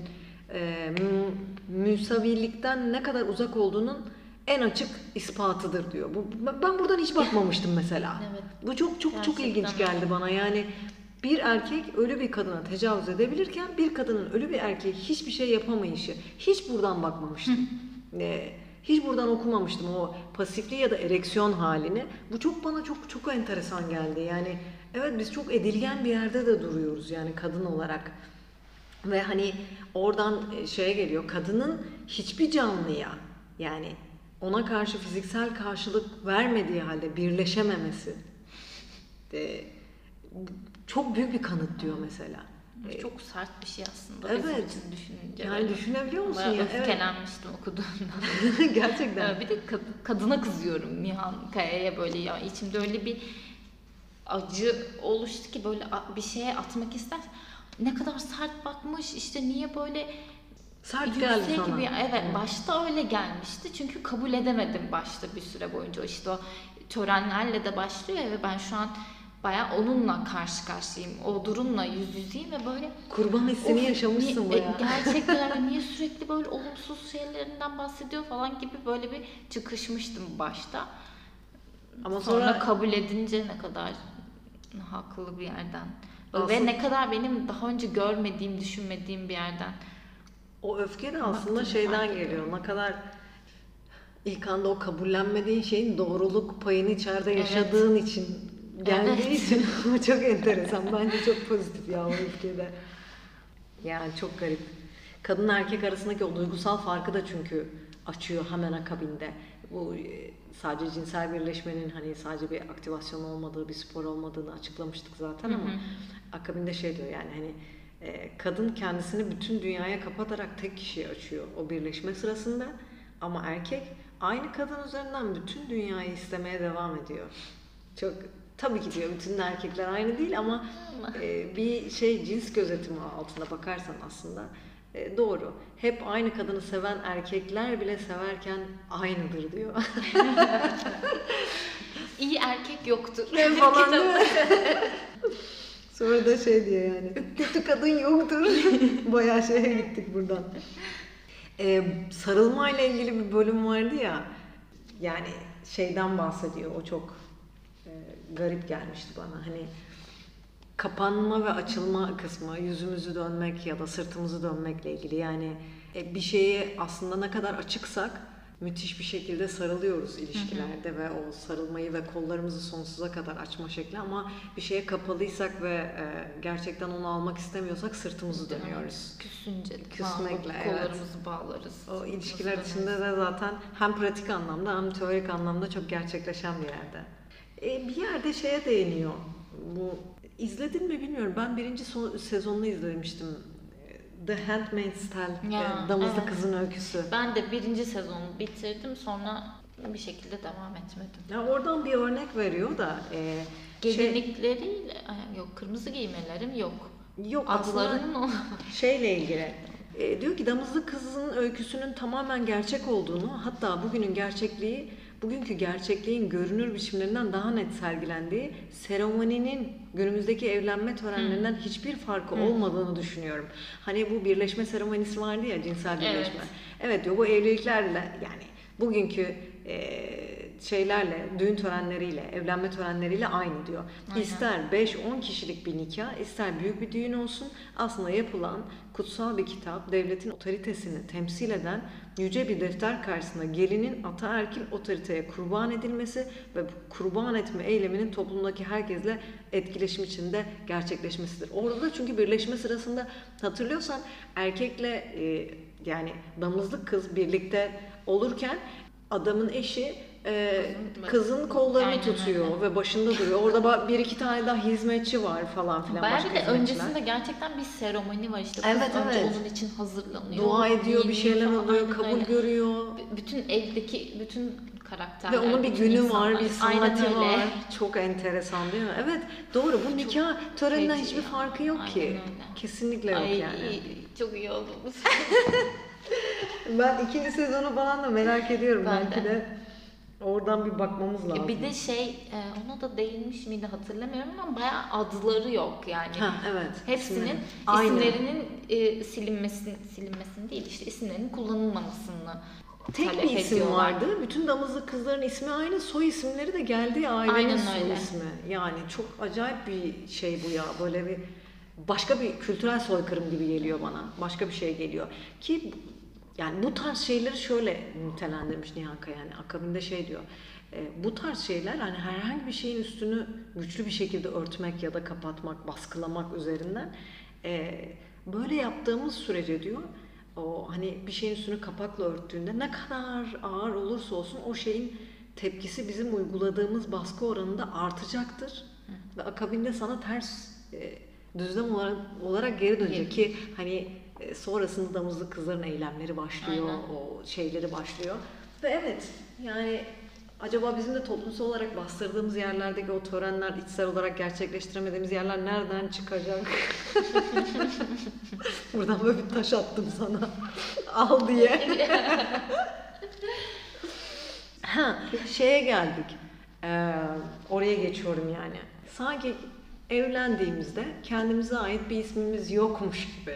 müsavilikten ne kadar uzak olduğunun en açık ispatıdır diyor. Ben buradan hiç bakmamıştım mesela. Evet. Bu çok ilginç geldi bana. Yani bir erkek ölü bir kadına tecavüz edebilirken bir kadının ölü bir erkeğe hiçbir şey yapamayışı. Hiç buradan bakmamıştım. Hiç buradan okumamıştım o pasifliği ya da ereksiyon halini. Bu bana çok enteresan geldi. Yani evet, biz çok edilgen bir yerde de duruyoruz yani kadın olarak. Ve hani oradan şeye geliyor, kadının hiçbir canlıya, yani ona karşı fiziksel karşılık vermediği halde birleşememesi. e, çok büyük bir kanıt diyor mesela. Çok sert bir şey aslında Evet. bizim için düşününce. Yani düşünebiliyor musun Bayağı ya? Evet. öfkelenmiştim okuduğumda. Gerçekten. Bir de kadına kızıyorum Nihan Kaya'ya böyle ya. İçimde öyle bir acı oluştu ki böyle bir şeye atmak ister. Ne kadar sert bakmış işte niye böyle Sert geldi yüksek sana. evet başta öyle gelmişti çünkü kabul edemedim başta bir süre boyunca işte o törenlerle de başlıyor ve ben şu an bayağı onunla karşı karşıyayım o durumla yüz yüzeyim ve böyle Kurban hissini yaşamışsın bayağı. gerçekten niye sürekli böyle olumsuz şeylerinden bahsediyor falan gibi böyle bir çıkışmıştım başta Ama sonra kabul edince ne kadar haklı bir yerden ve ne kadar benim daha önce görmediğim düşünmediğim bir yerden. O öfke de aslında Baktım, şeyden fark geliyor. ediyorum. Ne kadar ilk anda o kabullenmediğin şeyin doğruluk payını içeride yaşadığın için geldiği Evet. için o çok enteresan. Bence çok pozitif ya o öfkede. Yani çok garip. Kadın erkek arasındaki o duygusal farkı da çünkü açıyor hemen akabinde. Bu sadece cinsel birleşmenin hani sadece bir aktivasyon olmadığı, bir spor olmadığını açıklamıştık zaten ama akabinde şey diyor yani hani kadın kendisini bütün dünyaya kapatarak tek kişiye açıyor o birleşme sırasında ama erkek aynı kadın üzerinden bütün dünyayı istemeye devam ediyor. Çok tabii ki diyor bütün erkekler aynı değil ama bir şey cins gözetimi altında bakarsan aslında doğru. Hep aynı kadını seven erkekler bile severken aynıdır diyor. İyi erkek yoktur. Falan değil mi? Sonra da şey diyor yani kötü kadın yoktur. Bayağı şeye gittik buradan. Sarılma ile ilgili bir bölüm vardı ya. Yani şeyden bahsediyor. O çok garip gelmişti bana. Hani kapanma ve açılma kısmı, yüzümüzü dönmek ya da sırtımızı dönmekle ilgili. Yani bir şeye aslında ne kadar açıksak müthiş bir şekilde sarılıyoruz ilişkilerde ve o sarılmayı ve kollarımızı sonsuza kadar açma şekli ama bir şeye kapalıysak ve gerçekten onu almak istemiyorsak sırtımızı dönüyoruz. Küsmekle, evet. Kollarımızı bağlarız. O ilişkiler içinde de zaten hem pratik anlamda hem teorik anlamda çok gerçekleşen bir yerde. Bir yerde şeye değiniyor. Bu izledin mi bilmiyorum. Ben birinci sezonunu izlemiştim. The Handmaid's Tale, Damızlı evet. Kızın Öyküsü. Ben de birinci sezonu bitirdim sonra bir şekilde devam etmedim. Ya oradan bir örnek veriyor da Gelinlikleriyle yok kırmızı giymelerim yok. yok Adlarının o. şeyle ilgili. Diyor ki Damızlı Kızın Öyküsü'nün tamamen gerçek olduğunu, hatta bugünkü gerçekliğin görünür biçimlerinden daha net sergilendiği seremoninin günümüzdeki evlenme törenlerinden hiçbir farkı olmadığını düşünüyorum. Hani bu birleşme seremonisi vardı ya, cinsel birleşme. Evet diyor, bu evliliklerle yani bugünkü şeylerle, düğün törenleriyle, evlenme törenleriyle aynı diyor. Aynen. İster 5-10 kişilik bir nikah, ister büyük bir düğün olsun, aslında yapılan kutsal bir kitap, devletin otoritesini temsil eden yüce bir defter karşısında gelinin ataerkil otoriteye kurban edilmesi ve kurban etme eyleminin toplumdaki herkesle etkileşim içinde gerçekleşmesidir. Orada da çünkü birleşme sırasında hatırlıyorsan erkekle yani damızlık kız birlikte olurken adamın eşi kızın kollarını tutuyor ve başında duruyor. Orada bir iki tane daha hizmetçi var falan filan. Bayağı başka bir de hizmetçiler. öncesinde gerçekten bir seremoni var işte. Kız Evet, önce evet. onun için hazırlanıyor. Dua ediyor, bir şeyler falan, oluyor, aynen kabul öyle. görüyor. Bütün evdeki bütün karakterler. Ve onun bir bütün günü insanlar. var, bir Aynen saati öyle. var. Çok enteresan değil mi? Evet, doğru. Bu nikah töreninden feci hiçbir ya. farkı yok Aynen ki. öyle. Kesinlikle yok Ay, yani. çok iyi oldu bu. Ben ikinci sezonu falan da merak ediyorum. Ben Belki de oradan bir bakmamız lazım. Bir de ona da değinmiş miydi hatırlamıyorum ama bayağı adları yok yani. Ha, evet. Hepsinin Aynen. isimlerinin silinmesini değil işte isimlerinin kullanılmamasını Tek talep bir isim ediyorlar. vardı. Bütün damızlık kızların ismi aynı. Soy isimleri de geldiği ailenin Aynen soy öyle. ismi. Yani çok acayip bir şey bu ya. Böyle bir başka bir kültürel soykırım gibi geliyor bana. Başka bir şey geliyor. Ki yani bu tarz şeyleri şöyle nitelendirmiş Nihan Kaya. Yani akabinde şey diyor. Bu tarz şeyler hani herhangi bir şeyin üstünü güçlü bir şekilde örtmek ya da kapatmak, baskılamak üzerinden böyle yaptığımız sürece diyor, o hani bir şeyin üstünü kapakla örttüğünde ne kadar ağır olursa olsun o şeyin tepkisi bizim uyguladığımız baskı oranında artacaktır. Ve akabinde sana ters düzlem olarak geri dönecek ki hani sonrasında damızlık kızların eylemleri başlıyor, Aynen. o şeyleri başlıyor. Ve evet yani acaba bizim de toplumsal olarak bastırdığımız yerlerdeki o törenler, içsel olarak gerçekleştiremediğimiz yerler nereden çıkacak? Buradan böyle bir taş attım sana. Al diye. Ha, şeye geldik. Oraya geçiyorum yani. Sanki evlendiğimizde kendimize ait bir ismimiz yokmuş gibi.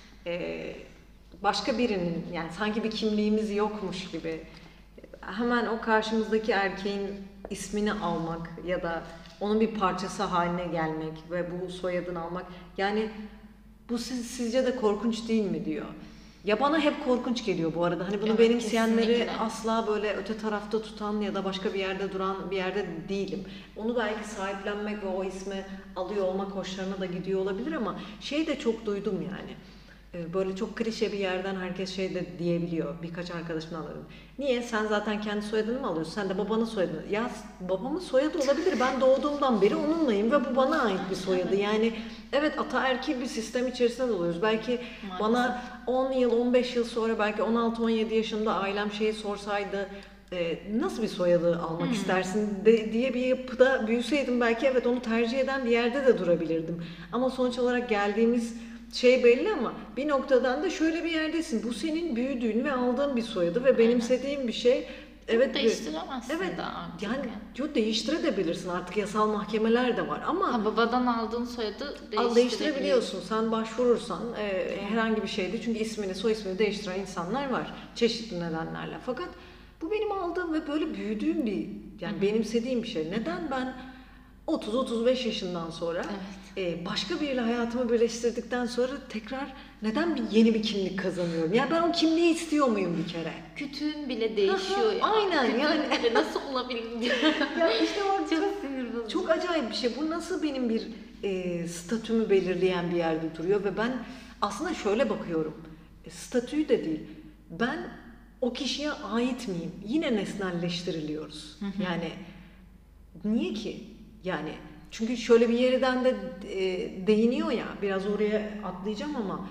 Başka birinin yani sanki bir kimliğimiz yokmuş gibi. Hemen o karşımızdaki erkeğin ismini almak ya da onun bir parçası haline gelmek ve bu soyadını almak. Yani bu sizce de korkunç değil mi diyor. Ya bana hep korkunç geliyor bu arada. Hani bunu Evet, benimseyenleri kesinlikle. asla böyle öte tarafta tutan ya da başka bir yerde duran bir yerde değilim. Onu belki sahiplenmek ve o ismi alıyor olmak hoşlarına da gidiyor olabilir ama şey de çok duydum yani. Böyle çok klişe bir yerden herkes şey de diyebiliyor. Birkaç arkadaşımdan anladım. Niye? Sen zaten kendi soyadını mı alıyorsun? Sen de babanın soyadını. Ya babamın soyadı olabilir. Ben doğduğumdan beri onunlayım ve bu bana ait bir soyadı. Yani evet ataerkil bir sistem içerisinde oluyoruz. Belki Maalesef. bana 10 yıl, 15 yıl sonra belki 16-17 yaşında ailem şeyi sorsaydı nasıl bir soyadı almak istersin diye bir yapıda büyüseydim belki evet onu tercih eden bir yerde de durabilirdim. Ama sonuç olarak geldiğimiz şey belli ama bir noktadan da şöyle bir yerdesin. Bu senin büyüdüğün ve aldığın bir soyadı ve benimsediğin bir şey. Evet, Değiştiremezsin evet, de artık. yani diyor değiştirebilirsin artık yasal mahkemeler de var ama Ha, babadan aldığın soyadı değiştirebiliyorsun. Sen başvurursan herhangi bir şeyde çünkü ismini soy ismini değiştiren insanlar var çeşitli nedenlerle. Fakat bu benim aldığım ve böyle büyüdüğüm bir yani benimsediğim bir şey. Neden ben 30-35 yaşından sonra başka biriyle hayatımı birleştirdikten sonra tekrar neden yeni bir kimlik kazanıyorum? Ya ben o kimliği istiyor muyum bir kere? Kütüğün bile değişiyor ya. Aynen, Kütüğün yani. bile nasıl olabilir diyor. Ya işte o Çok sinir bozucu. çok acayip bir şey. Bu nasıl benim bir statümü belirleyen bir yerde duruyor ve ben aslında şöyle bakıyorum. Statüyü de değil. Ben o kişiye ait miyim? Yine nesnelleştiriliyoruz. Yani niye ki? Yani çünkü şöyle bir yerden de değiniyor ya biraz oraya atlayacağım ama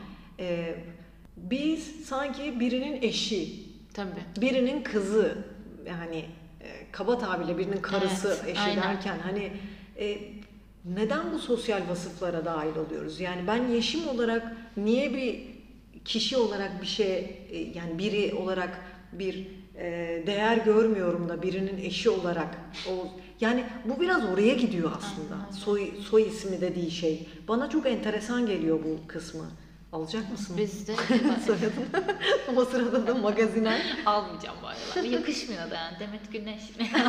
biz sanki birinin eşi, Tabii. birinin kızı yani kaba tabirle birinin karısı Evet, eşi aynen. derken hani neden bu sosyal vasıflara dahil oluyoruz? Yani ben yeşim olarak niye bir kişi olarak bir şey yani biri olarak bir değer görmüyorum da birinin eşi olarak o yani bu biraz oraya gidiyor aslında. Aynen. Soy ismi dediği şey. Bana çok enteresan geliyor bu kısmı. Alacak mısın? Bizde Soyadını. O sırada da magaziner. almayacağım bu aralar. Yakışmıyor da yani Demet Güneş.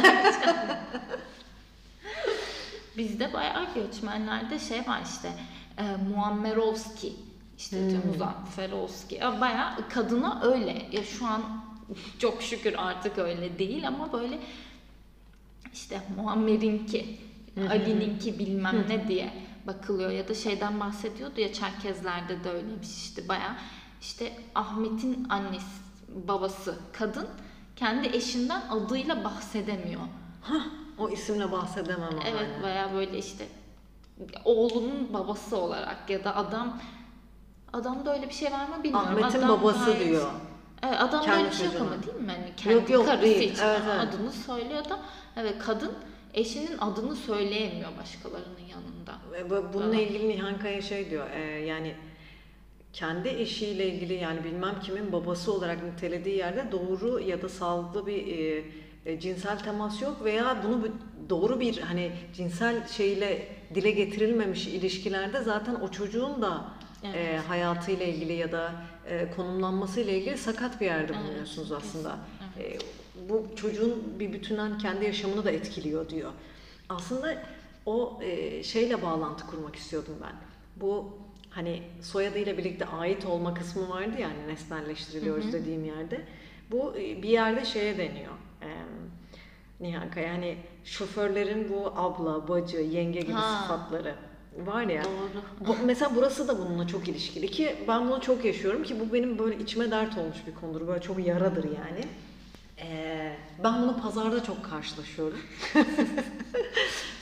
Bizde bayağı göçmenlerde şey var işte Muammerovski işte Muzafferovski bayağı kadına öyle ya şu an çok şükür artık öyle değil ama böyle işte Muammer'inki Ali'ninki bilmem ne diye bakılıyor ya da şeyden bahsediyordu ya Çerkezlerde de öyleymiş işte bayağı işte Ahmet'in annesi babası kadın kendi eşinden adıyla bahsedemiyor. O isimle bahsedemem ama. Evet yani. bayağı böyle işte oğlunun babası olarak ya da adamda öyle bir şey var mı bilmiyorum. Ahmet'in Adam babası gayet- diyor. Evet, adam Kendi böyle bir şey yok çocuğuna. ama değil mi? Hani kendi Yok, karısı değil. için Evet, evet. adını söylüyor da evet kadın eşinin adını söyleyemiyor başkalarının yanında. Bununla ilgili Nihan Kaya şey diyor yani kendi eşiyle ilgili yani bilmem kimin babası olarak nitelediği yerde doğru ya da sağlıklı bir cinsel temas yok veya bunu doğru bir hani cinsel şeyle dile getirilmemiş ilişkilerde zaten o çocuğun da Evet. hayatıyla ilgili ya da konumlanmasıyla ilgili sakat bir yerde Evet, bulunuyorsunuz aslında. evet. Bu çocuğun bir bütünen kendi yaşamını da etkiliyor diyor. Aslında o şeyle bağlantı kurmak istiyordum ben. Bu hani soyadıyla birlikte ait olma kısmı vardı ya hani nesnelleştiriliyoruz dediğim yerde. Bu bir yerde şeye deniyor. Nihan Kaya hani şoförlerin bu abla, bacı, yenge gibi sıfatları var ya. Doğru. Mesela burası da bununla çok ilişkili ki ben bunu çok yaşıyorum ki bu benim böyle içime dert olmuş bir konudur. Böyle çok yaradır yani. Ben bunu pazarda çok karşılaşıyorum.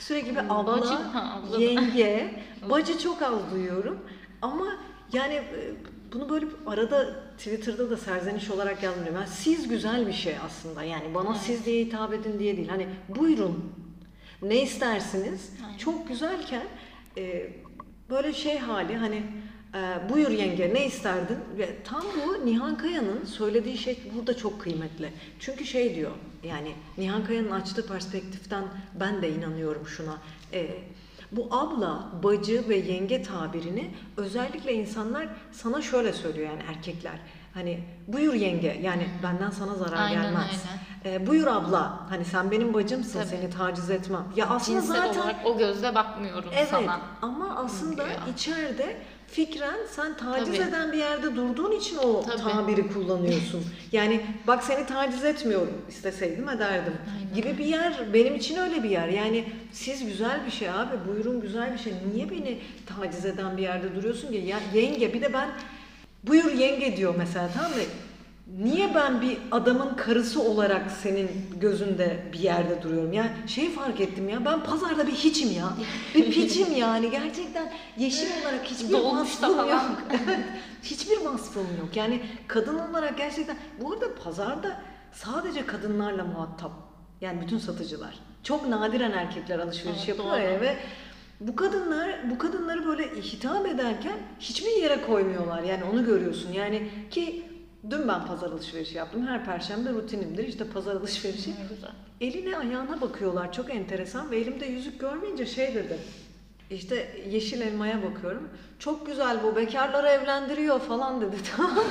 Sürekli bir abla, Bacı, abla. yenge, bacı çok az duyuyorum. Ama yani bunu böyle arada Twitter'da da serzeniş olarak yazmıyorum. Yani siz güzel bir şey aslında. Yani bana siz diye hitap edin diye değil. Hani buyurun, ne istersiniz? Aynen. Çok güzelken böyle şey hali hani buyur yenge ne isterdin? Ve tam bu Nihan Kaya'nın söylediği şey burada çok kıymetli. Çünkü şey diyor yani Nihan Kaya'nın açtığı perspektiften ben de inanıyorum şuna. Bu abla, bacı ve yenge tabirini özellikle insanlar sana şöyle söylüyor yani erkekler. Hani buyur yenge yani benden sana zarar Aynen gelmez. Buyur abla hani sen benim bacımsın Tabii. seni taciz etmem. Ya aslında Cinsel zaten olarak o gözle bakmıyorum evet sana. ama aslında Ya. içeride fikren sen taciz Tabii. eden bir yerde durduğun için o Tabii. tabiri kullanıyorsun. Yani bak seni taciz etmiyorum isteseydim ederdim Aynen. gibi bir yer benim için öyle bir yer. Yani siz güzel bir şey abi buyurun güzel bir şey. Niye beni taciz eden bir yerde duruyorsun ki? Ya yenge bir de ben buyur yenge diyor mesela tamam mı? Niye ben bir adamın karısı olarak senin gözünde bir yerde duruyorum? Ya şey fark ettim ya ben pazarda bir hiçim ya. Bir piçim yani gerçekten yeşil olarak hiçbir Dolmuşta vasfım falan. yok. Hiçbir vasfım yok. Yani kadın olarak gerçekten bu arada pazarda sadece kadınlarla muhatap. Yani bütün satıcılar. Çok nadiren erkekler alışveriş Evet, yapıyor doğru. ya ve bu kadınları böyle hitap ederken hiçbir yere koymuyorlar. Yani onu görüyorsun. Yani ki dün ben pazar alışverişi yaptım. Her perşembe rutinimdir. İşte pazar alışverişi. Ne güzel. Eline ayağına bakıyorlar. Çok enteresan. Ve elimde yüzük görmeyince şey dedim. İşte yeşil elmaya bakıyorum. Çok güzel bu. Bekarları evlendiriyor falan dedi.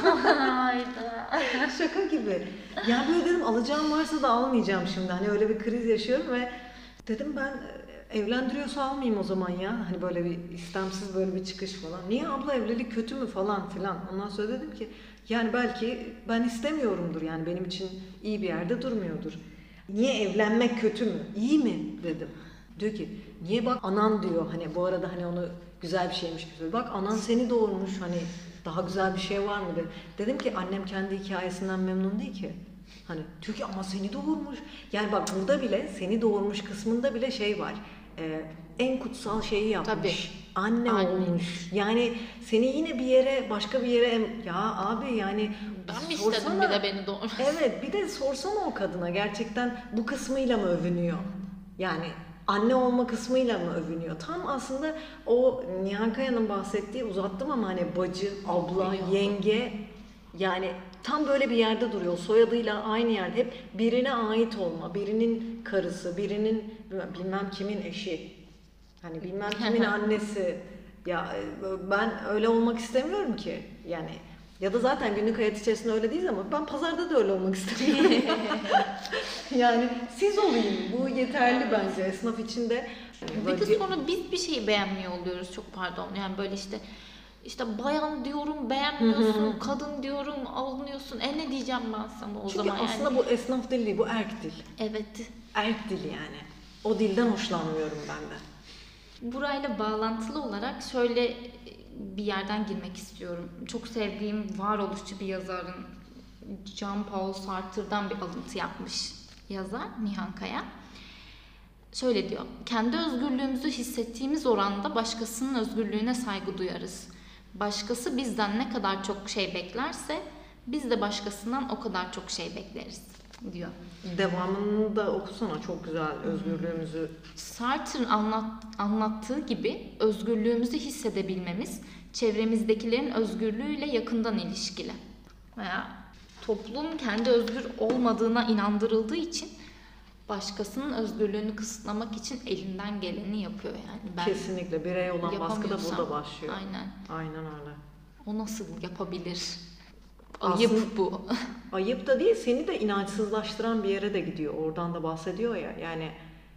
Hayda. Şaka gibi. Yani böyle dedim alacağım varsa da almayacağım şimdi. Hani öyle bir kriz yaşıyorum ve dedim ben evlendiriyorsa almayayım o zaman ya. Hani böyle bir istemsiz böyle bir çıkış falan. Niye abla evlilik kötü mü falan filan. Ondan sonra dedim ki yani belki ben istemiyorumdur. Yani benim için iyi bir yerde durmuyordur. Niye evlenmek kötü mü? İyi mi dedim. Diyor ki niye bak anan diyor hani bu arada hani onu güzel bir şeymiş gibi söylüyor. Bak anan seni doğurmuş hani daha güzel bir şey var mı dedi. Dedim ki annem kendi hikayesinden memnun değil ki. Hani diyor ki ama seni doğurmuş. Yani bak burada bile seni doğurmuş kısmında bile şey var. En kutsal şeyi yapmış. Tabii. Anne Anne. olmuş. Yani seni yine bir yere başka bir yere ya abi yani Ben mi istedim bir de beni doğru? Evet bir de sorsana o kadına gerçekten bu kısmıyla mı övünüyor? Yani anne olma kısmıyla mı övünüyor? Tam aslında o Nihan Kaya'nın bahsettiği uzattım ama hani bacı, abla, yenge yani tam böyle bir yerde duruyor. Soyadıyla aynı yerde hep birine ait olma, birinin karısı, birinin bilmem kimin eşi. Hani bilmem kimin annesi. Ya ben öyle olmak istemiyorum ki. Yani ya da zaten günlük hayat içerisinde öyle değiliz ama ben pazarda da öyle olmak istemiyorum. Yani siz olayım. Bu yeterli bence esnaf için de. Bir de sonra biz bir şeyi beğenmiyor oluyoruz. Çok pardon. Yani böyle işte bayan diyorum beğenmiyorsun, kadın diyorum alınıyorsun. Ne diyeceğim ben sana o Çünkü zaman yani. aslında bu esnaf dili değil, bu erk dil. Evet. Erk dili yani. O dilden hoşlanmıyorum ben de. Burayla bağlantılı olarak şöyle bir yerden girmek istiyorum. Çok sevdiğim varoluşçu bir yazarın Jean-Paul Sartre'dan bir alıntı yapmış yazar Nihan Kaya. Şöyle diyor. Kendi özgürlüğümüzü hissettiğimiz oranda başkasının özgürlüğüne saygı duyarız. Başkası bizden ne kadar çok şey beklerse biz de başkasından o kadar çok şey bekleriz diyor. Devamını da okusana çok güzel özgürlüğümüzü. Sartre'ın anlattığı gibi özgürlüğümüzü hissedebilmemiz çevremizdekilerin özgürlüğüyle yakından ilişkili. Veya toplum kendi özgür olmadığına inandırıldığı için başkasının özgürlüğünü kısıtlamak için elinden geleni yapıyor yani. Ben Kesinlikle birey olan baskı da yapamıyorsam- burada başlıyor. Aynen. Aynen öyle. O nasıl yapabilir? Aslında- Ayıp bu. Ayıp da değil, seni de inançsızlaştıran bir yere de gidiyor. Oradan da bahsediyor ya. Yani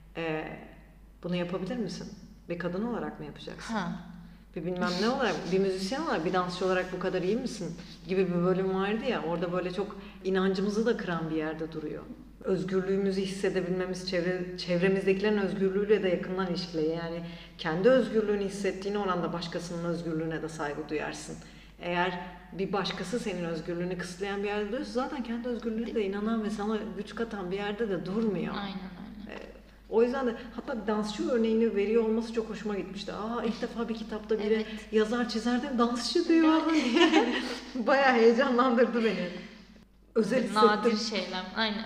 bunu yapabilir misin? Bir kadın olarak mı yapacaksın? Ha. Bir bilmem ne olarak, bir müzisyen olarak, bir dansçı olarak bu kadar iyi misin? Gibi bir bölüm vardı ya. Orada böyle çok inancımızı da kıran bir yerde duruyor. Özgürlüğümüzü hissedebilmemiz, çevremizdekilerin özgürlüğüyle de yakından ilişkili. Yani kendi özgürlüğünü hissettiğin oranda başkasının özgürlüğüne de saygı duyarsın. Eğer bir başkası senin özgürlüğünü kısıtlayan bir yerde duruyorsa zaten kendi özgürlüğüne de inanan ve sana güç katan bir yerde de durmuyor. Aynen öyle. O yüzden de hatta dansçı örneğini veriyor olması çok hoşuma gitmişti. İlk defa bir kitapta biri Evet. yazar çizerden dansçı diyor. Bayağı heyecanlandırdı beni. Özel hissettim. Nadir şeyler. Aynen.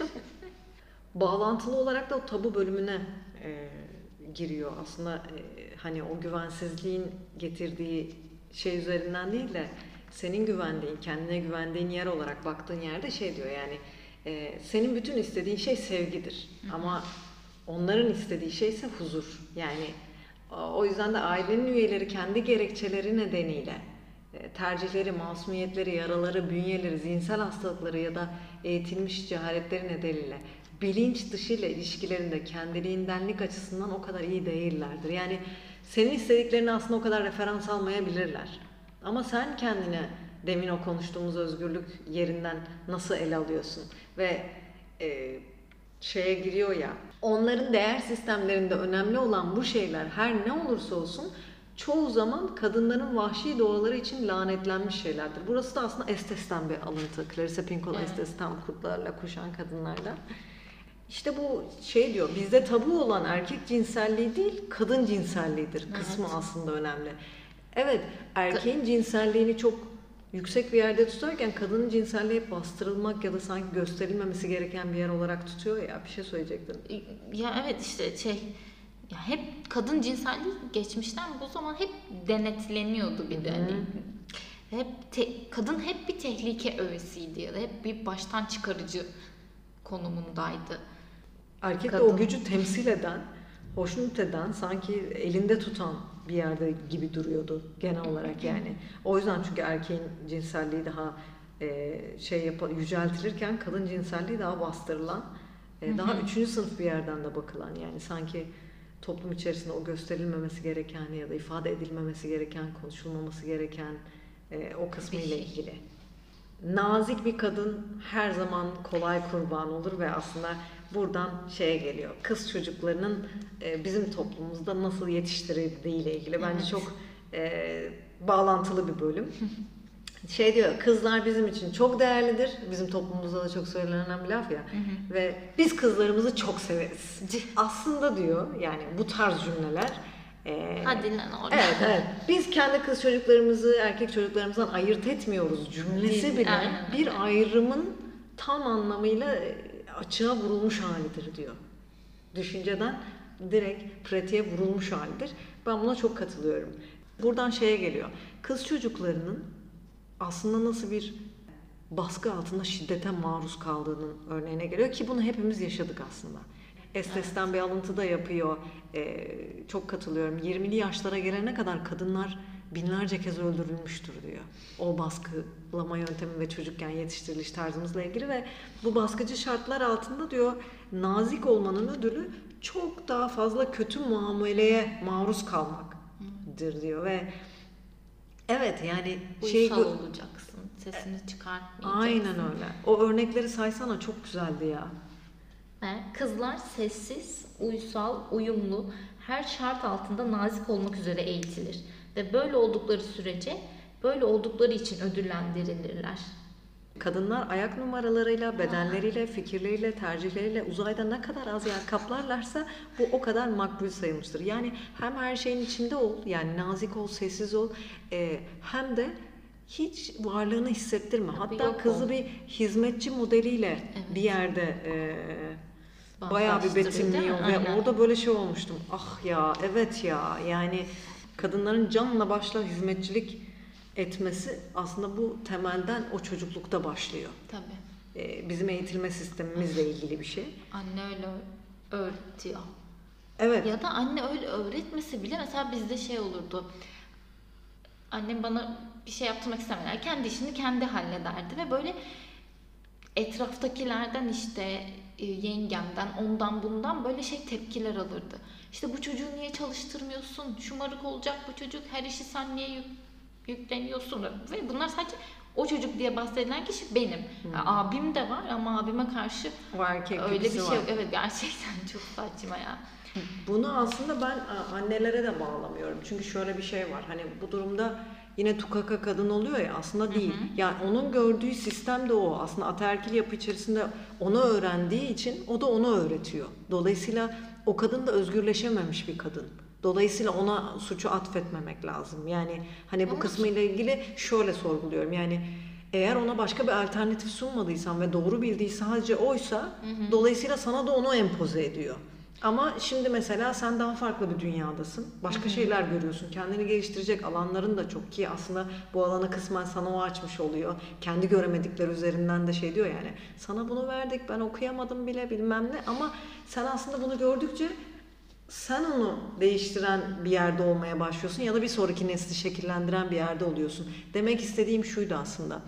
Bağlantılı olarak da o tabu bölümüne giriyor. Aslında hani o güvensizliğin getirdiği şey üzerinden değil de senin güvendiğin, kendine güvendiğin yer olarak baktığın yerde şey diyor yani senin bütün istediğin şey sevgidir. Ama onların istediği şey ise huzur. Yani o yüzden de ailenin üyeleri kendi gerekçeleri nedeniyle tercihleri, masumiyetleri, yaraları, bünyeleri, zihinsel hastalıkları ya da eğitilmiş cehaletleri nedeniyle bilinç dışı ile ilişkilerinde kendiliğindenlik açısından o kadar iyi değillerdir. Yani senin istediklerini aslında o kadar referans almayabilirler. Ama sen kendine demin o konuştuğumuz özgürlük yerinden nasıl ele alıyorsun? Ve şeye giriyor ya, onların değer sistemlerinde önemli olan bu şeyler her ne olursa olsun çoğu zaman kadınların vahşi doğaları için lanetlenmiş şeylerdir. Burası da aslında Estes'ten bir alıntı. Clarissa Pinkola Evet. Estes'ten kurtlarla kuşan kadınlardan. İşte bu şey diyor, bizde tabu olan erkek cinselliği değil, kadın cinselliğidir kısmı aslında önemli. Evet, erkeğin cinselliğini çok yüksek bir yerde tutarken kadının cinselliği hep bastırılmak ya da sanki gösterilmemesi gereken bir yer olarak tutuyor ya. Bir şey söyleyecektin. Ya evet işte ya hep kadın cinselliği geçmişten bu zaman hep denetleniyordu bir de. Hani hep kadın hep bir tehlike öğesiydi ya da hep bir baştan çıkarıcı konumundaydı. Erkek de Kadın. o gücü temsil eden, hoşnut eden, sanki elinde tutan bir yerde gibi duruyordu genel olarak yani. O yüzden çünkü erkeğin cinselliği daha yüceltilirken kadın cinselliği daha bastırılan, daha üçüncü sınıf bir yerden de bakılan yani sanki toplum içerisinde o gösterilmemesi gereken ya da ifade edilmemesi gereken, konuşulmaması gereken o kısmı ile ilgili. Nazik bir kadın her zaman kolay kurban olur ve aslında buradan şeye geliyor. Kız çocuklarının bizim toplumumuzda nasıl yetiştirildiği ile ilgili bence çok bağlantılı bir bölüm. Şey diyor, kızlar bizim için çok değerlidir. Bizim toplumumuzda da çok söylenen bir laf ya. Ve biz kızlarımızı çok severiz. Aslında diyor yani bu tarz cümleler Hadi lan orada. Evet. Biz kendi kız çocuklarımızı erkek çocuklarımızdan ayırt etmiyoruz cümlesi Değil, bile aynen. bir ayrımın tam anlamıyla açığa vurulmuş halidir diyor. Düşünceden direkt pratiğe vurulmuş halidir. Ben buna çok katılıyorum. Buradan şeye geliyor. Kız çocuklarının aslında nasıl bir baskı altında şiddete maruz kaldığının örneğine geliyor ki bunu hepimiz yaşadık aslında. Estes'ten bir alıntı da yapıyor. Çok katılıyorum. 20'li yaşlara gelene kadar kadınlar binlerce kez öldürülmüştür diyor. O baskılama yöntemi ve çocukken yetiştiriliş tarzımızla ilgili ve bu baskıcı şartlar altında diyor nazik olmanın ödülü çok daha fazla kötü muameleye maruz kalmaktır diyor ve evet yani Uysal olacaksın. Sesini çıkartmayacaksın. aynen öyle. O örnekleri saysana çok güzeldi ya. Kızlar sessiz, uysal, uyumlu, her şart altında nazik olmak üzere eğitilir. Ve böyle oldukları sürece, böyle oldukları için ödüllendirilirler. Kadınlar ayak numaralarıyla, bedenleriyle, fikirleriyle, tercihleriyle uzayda ne kadar az yer kaplarlarsa bu o kadar makbul sayılmıştır. Yani hem her şeyin içinde ol, yani nazik ol, sessiz ol, hem de hiç varlığını hissettirme. Hatta yok kızı ol. bir hizmetçi modeliyle bir yerde bayağı bir Bağdaştırıyor, değil mi? betimliyor ve Aynen. orada böyle şey olmuştum. Ah ya, evet ya, yani kadınların canla başla hizmetçilik etmesi aslında bu temelden o çocuklukta başlıyor. Tabii. Bizim eğitilme sistemimizle ilgili bir şey. Anne öyle öğretiyor. Evet. Ya da anne öyle öğretmese bile mesela bizde şey olurdu. Annem bana bir şey yaptırmak istemeden kendi işini kendi hallederdi ve böyle etraftakilerden işte yengemden ondan bundan böyle tepkiler alırdı. İşte bu çocuğu niye çalıştırmıyorsun? Şımarık olacak bu çocuk. Her işi sen niye yükleniyorsun? Ve bunlar sadece o çocuk diye bahsedilen kişi benim. Yani abim de var ama abime karşı O erkek öyle bir gibisi şey var. yok. Evet gerçekten çok saçma ya. Bunu aslında ben annelere de bağlamıyorum. Çünkü şöyle bir şey var. Hani bu durumda yine tukaka kadın oluyor ya, aslında değil. Yani onun gördüğü sistem de o. Aslında ataerkil yapı içerisinde onu öğrendiği için o da onu öğretiyor. Dolayısıyla o kadın da özgürleşememiş bir kadın. Dolayısıyla ona suçu atfetmemek lazım. Yani hani bu Ama kısmıyla ilgili şöyle sorguluyorum. Yani eğer ona başka bir alternatif sunmadıysan ve doğru bildiği sadece oysa, dolayısıyla sana da onu empoze ediyor. Ama şimdi mesela sen daha farklı bir dünyadasın. Başka şeyler görüyorsun. Kendini geliştirecek alanların da çok, ki aslında bu alanı kısmen sana o açmış oluyor. Kendi göremedikleri üzerinden de şey diyor yani. Sana bunu verdik, ben okuyamadım bile bilmem ne, ama sen aslında bunu gördükçe sen onu değiştiren bir yerde olmaya başlıyorsun ya da bir sonraki nesli şekillendiren bir yerde oluyorsun. Demek istediğim şuydu aslında.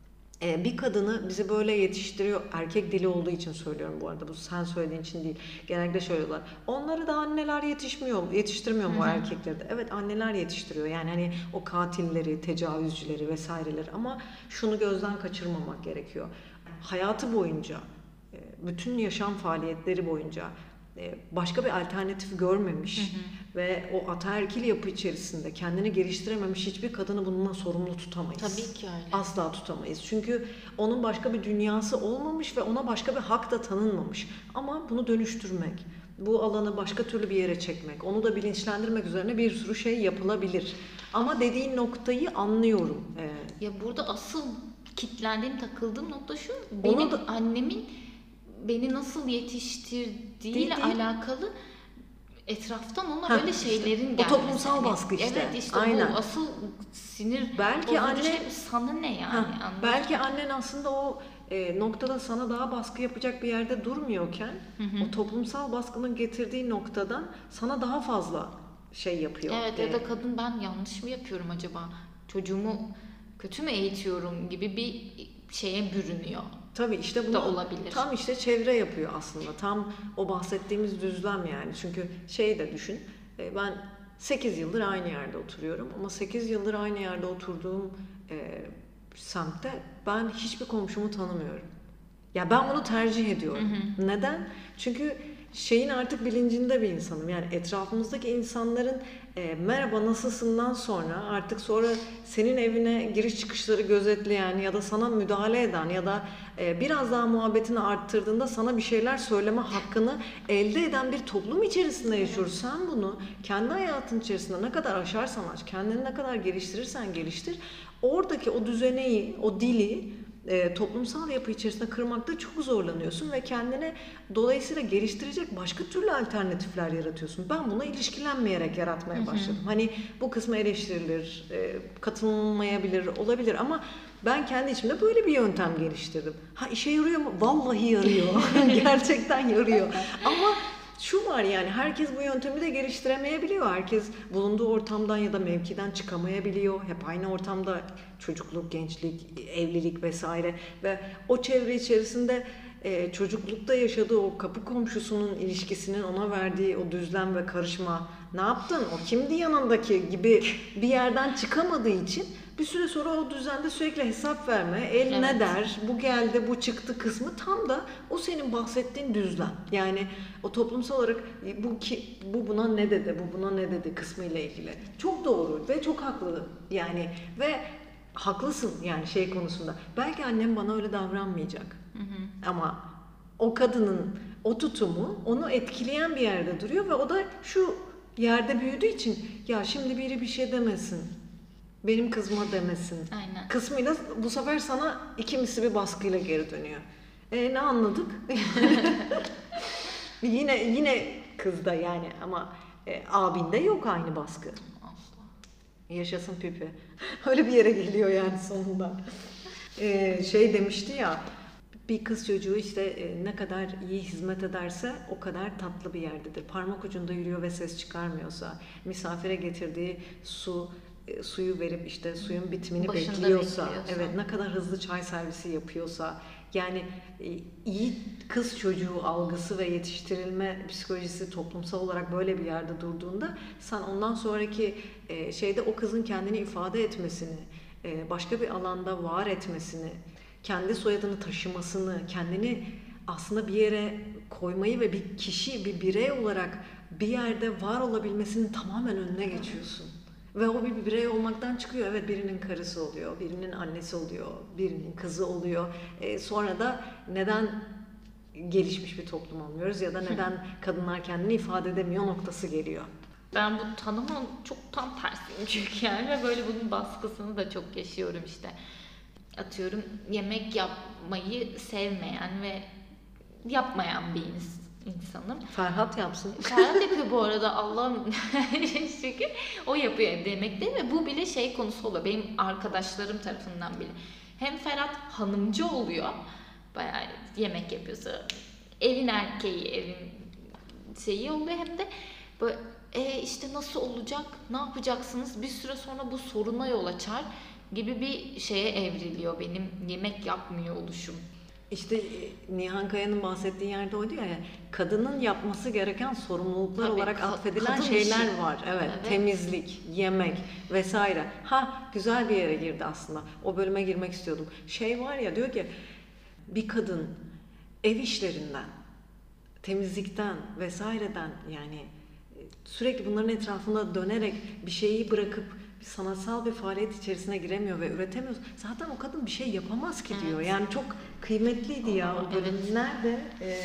Bir kadını bizi böyle yetiştiriyor, erkek dili olduğu için söylüyorum bu arada, bu sen söylediğin için değil. Genellikle şöyle diyorlar. Onları da anneler yetiştirmiyor mu o erkekleri de? Evet, anneler yetiştiriyor. Yani hani o katilleri, tecavüzcüleri vesaireleri, ama şunu gözden kaçırmamak gerekiyor. Hayatı boyunca, bütün yaşam faaliyetleri boyunca başka bir alternatif görmemiş ve o ataerkil yapı içerisinde kendini geliştirememiş hiçbir kadını bununla sorumlu tutamayız. tabii ki öyle. Asla tutamayız. Çünkü onun başka bir dünyası olmamış ve ona başka bir hak da tanınmamış. Ama bunu dönüştürmek, bu alanı başka türlü bir yere çekmek, onu da bilinçlendirmek üzerine bir sürü şey yapılabilir. Ama dediğin noktayı anlıyorum. Ya burada asıl kitlendiğim, takıldığım nokta şu. Onu Benim da- annemin beni nasıl yetiştirdiğiyle Değil. alakalı etraftan ona Heh, böyle işte. şeylerin O gelmesi. toplumsal baskı işte. Evet, işte Aynen. bu asıl sinir Belki bozucu anne- şey, sana ne yani? Heh, Anladın mı? belki annen aslında o noktada sana daha baskı yapacak bir yerde durmuyorken, o toplumsal baskının getirdiği noktadan sana daha fazla şey yapıyor. Evet, ya da kadın ben yanlış mı yapıyorum acaba? Çocuğumu kötü mü eğitiyorum gibi bir şeye bürünüyor. Tabii işte bunu da olabilir. tam işte çevre yapıyor aslında. Tam o bahsettiğimiz düzlem yani. Çünkü şey de düşün. Ben 8 yıldır aynı yerde oturuyorum ama 8 yıldır aynı yerde oturduğum semtte ben hiçbir komşumu tanımıyorum. Ya ben bunu tercih ediyorum. Neden? Çünkü şeyin artık bilincinde bir insanım. Yani etrafımızdaki insanların merhaba nasılsından sonra artık sonra senin evine giriş çıkışları gözetleyen ya da sana müdahale eden ya da biraz daha muhabbetini arttırdığında sana bir şeyler söyleme hakkını elde eden bir toplum içerisinde yaşıyoruz. Sen bunu kendi hayatın içerisinde ne kadar aşarsan aç, kendini ne kadar geliştirirsen geliştir, oradaki o düzeneyi, o dili toplumsal yapı içerisinde kırmakta çok zorlanıyorsun ve kendine dolayısıyla geliştirecek başka türlü alternatifler yaratıyorsun. Ben buna ilişkilenmeyerek yaratmaya başladım. Hani bu kısmı eleştirilir, katılmayabilir, olabilir, ama ben kendi içimde böyle bir yöntem geliştirdim. Ha, işe yarıyor mu? Vallahi yarıyor. Gerçekten yarıyor. Ama şu var, yani herkes bu yöntemi de geliştiremeyebiliyor. Herkes bulunduğu ortamdan ya da mevkiden çıkamayabiliyor. Hep aynı ortamda çocukluk, gençlik, evlilik vesaire ve o çevre içerisinde çocuklukta yaşadığı o kapı komşusunun ilişkisinin ona verdiği o düzlem ve karışma, ne yaptın, o kimdi yanındaki gibi bir yerden çıkamadığı için bir süre sonra o düzende sürekli hesap verme, el ne der, bu geldi, bu çıktı kısmı tam da o senin bahsettiğin düzlem. Yani o toplumsal olarak bu buna ne dedi, bu buna ne dedi kısmı ile ilgili. Çok doğru ve çok haklı yani, ve haklısın yani şey konusunda. Belki annem bana öyle davranmayacak. Ama o kadının o tutumu onu etkileyen bir yerde duruyor ve o da şu yerde büyüdüğü için ya şimdi biri bir şey demesin, benim kızıma demesin Aynen. kısmıyla bu sefer sana ikimisi bir baskıyla geri dönüyor. Ne anladık? yine kızda yani, ama abinde yok aynı baskı. Asla. Yaşasın Pipi. Öyle bir yere geliyor yani sonunda. Şey demişti ya, bir kız çocuğu işte ne kadar iyi hizmet ederse o kadar tatlı bir yerdedir. Parmak ucunda yürüyor ve ses çıkarmıyorsa, misafire getirdiği suyu verip işte suyun bitimini Başında bekliyorsa, bekliyorsa. evet, ne kadar hızlı çay servisi yapıyorsa, yani iyi kız çocuğu algısı ve yetiştirilme psikolojisi toplumsal olarak böyle bir yerde durduğunda sen ondan sonraki şeyde o kızın kendini ifade etmesini, başka bir alanda var etmesini, kendi soyadını taşımasını, kendini aslında bir yere koymayı ve bir kişi, bir birey olarak bir yerde var olabilmesinin tamamen önüne geçiyorsun. Ve o bir birey olmaktan çıkıyor. Evet, birinin karısı oluyor, birinin annesi oluyor, birinin kızı oluyor. Sonra da neden gelişmiş bir toplum olmuyoruz ya da neden kadınlar kendini ifade edemiyor noktası geliyor. Ben bu tanımın çok tam tersiyim çünkü yani ve böyle bunun baskısını da çok yaşıyorum işte. Atıyorum yemek yapmayı sevmeyen ve yapmayan bir insanım. Ferhat yapsın. Ferhat yapıyor bu arada, Allah'ım şükür o yapıyor evde yemekleri ve bu bile şey konusu oluyor benim arkadaşlarım tarafından bile. Hem Ferhat hanımcı oluyor, bayağı yemek yapıyorsa evin erkeği, evin şeyi oluyor, hem de böyle işte nasıl olacak, ne yapacaksınız, bir süre sonra bu soruna yol açar gibi bir şeye evriliyor benim yemek yapmıyor oluşum. İşte Nihan Kaya'nın bahsettiği yerde oydu ya, kadının yapması gereken sorumluluklar Tabii, olarak atfedilen kadın şeyler işi. var. Evet, Evet. temizlik, yemek vesaire. Güzel bir yere girdi aslında. O bölüme girmek istiyordum. Şey var ya, diyor ki bir kadın ev işlerinden, temizlikten vesaireden, yani sürekli bunların etrafında dönerek bir şeyi bırakıp bir sanatsal bir faaliyet içerisine giremiyor ve üretemiyor. Zaten o kadın bir şey yapamaz ki diyor. Evet. Yani çok kıymetliydi ya o bölüm. Evet. Nerede?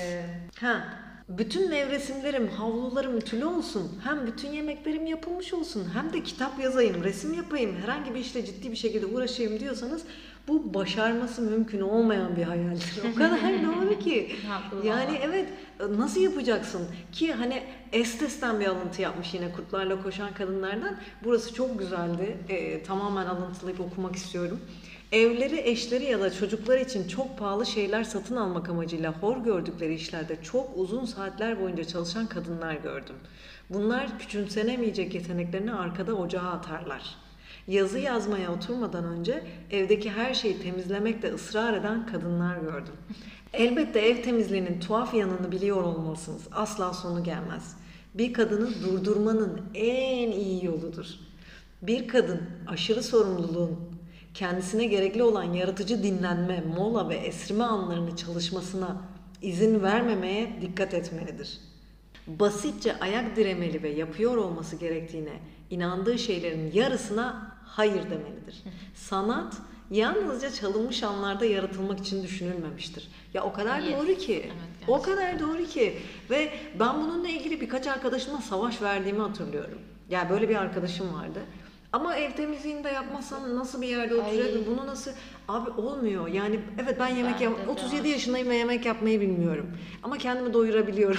Bütün nevresimlerim, havlularım ütülü olsun. Hem bütün yemeklerim yapılmış olsun. Hem de kitap yazayım, resim yapayım. Herhangi bir işle ciddi bir şekilde uğraşayım diyorsanız bu başarması mümkün olmayan bir hayaldir. O kadar doğru ki. Haklı Yani valla. evet, nasıl yapacaksın ki, hani Estes'ten bir alıntı yapmış yine, Kurtlarla Koşan Kadınlardan. Burası çok güzeldi. Tamamen alıntılayıp okumak istiyorum. Evleri, eşleri ya da çocukları için çok pahalı şeyler satın almak amacıyla hor gördükleri işlerde çok uzun saatler boyunca çalışan kadınlar gördüm. Bunlar küçümsenemeyecek yeteneklerini arkada ocağa atarlar. Yazı yazmaya oturmadan önce evdeki her şeyi temizlemekte ısrar eden kadınlar gördüm. Elbette ev temizliğinin tuhaf yanını biliyor olmalısınız. Asla sonu gelmez. Bir kadını durdurmanın en iyi yoludur. Bir kadın aşırı sorumluluğun kendisine gerekli olan yaratıcı dinlenme, mola ve esrime anlarını çalışmasına izin vermemeye dikkat etmelidir. Basitçe ayak diremeli ve yapıyor olması gerektiğine inandığı şeylerin yarısına hayır demelidir. Sanat yalnızca çalınmış anlarda yaratılmak için düşünülmemiştir. Ya o kadar Yes. doğru ki. Evet, O kadar doğru ki. Ve ben bununla ilgili birkaç arkadaşıma savaş verdiğimi hatırlıyorum. Ya böyle bir arkadaşım vardı. Ama ev temizliğini de yapmazsan nasıl bir yerde oturacaksın? Bunu nasıl? Abi olmuyor. Yani evet, ben yemek Bende de 37 var. yaşındayım ve yemek yapmayı bilmiyorum. Ama kendimi doyurabiliyorum.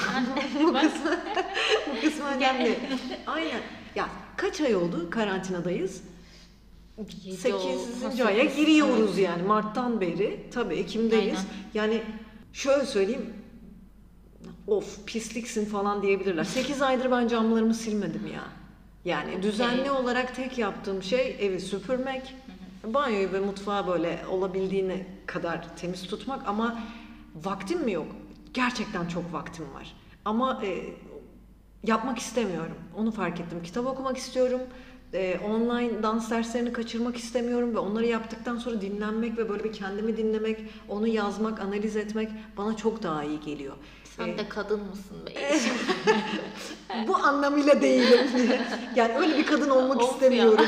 Bu kısmı önemli. Aynen. Ya kaç ay oldu karantinadayız? 8. aya giriyoruz yani, Mart'tan beri. Tabii Ekim'deyiz. Aynen. Yani şöyle söyleyeyim. Of pisliksin falan diyebilirler. 8 aydır ben camlarımı silmedim ya. Yani düzenli olarak tek yaptığım şey evi süpürmek, banyoyu ve mutfağı böyle olabildiğine kadar temiz tutmak, ama vaktim mi yok? Gerçekten çok vaktim var. Ama yapmak istemiyorum. Onu fark ettim. Kitap okumak istiyorum. Online dans derslerini kaçırmak istemiyorum ve onları yaptıktan sonra dinlenmek ve böyle bir kendimi dinlemek, onu yazmak, analiz etmek bana çok daha iyi geliyor. Sen de kadın mısın be? Bu anlamıyla değilim. Yani öyle bir kadın olmak Of istemiyorum.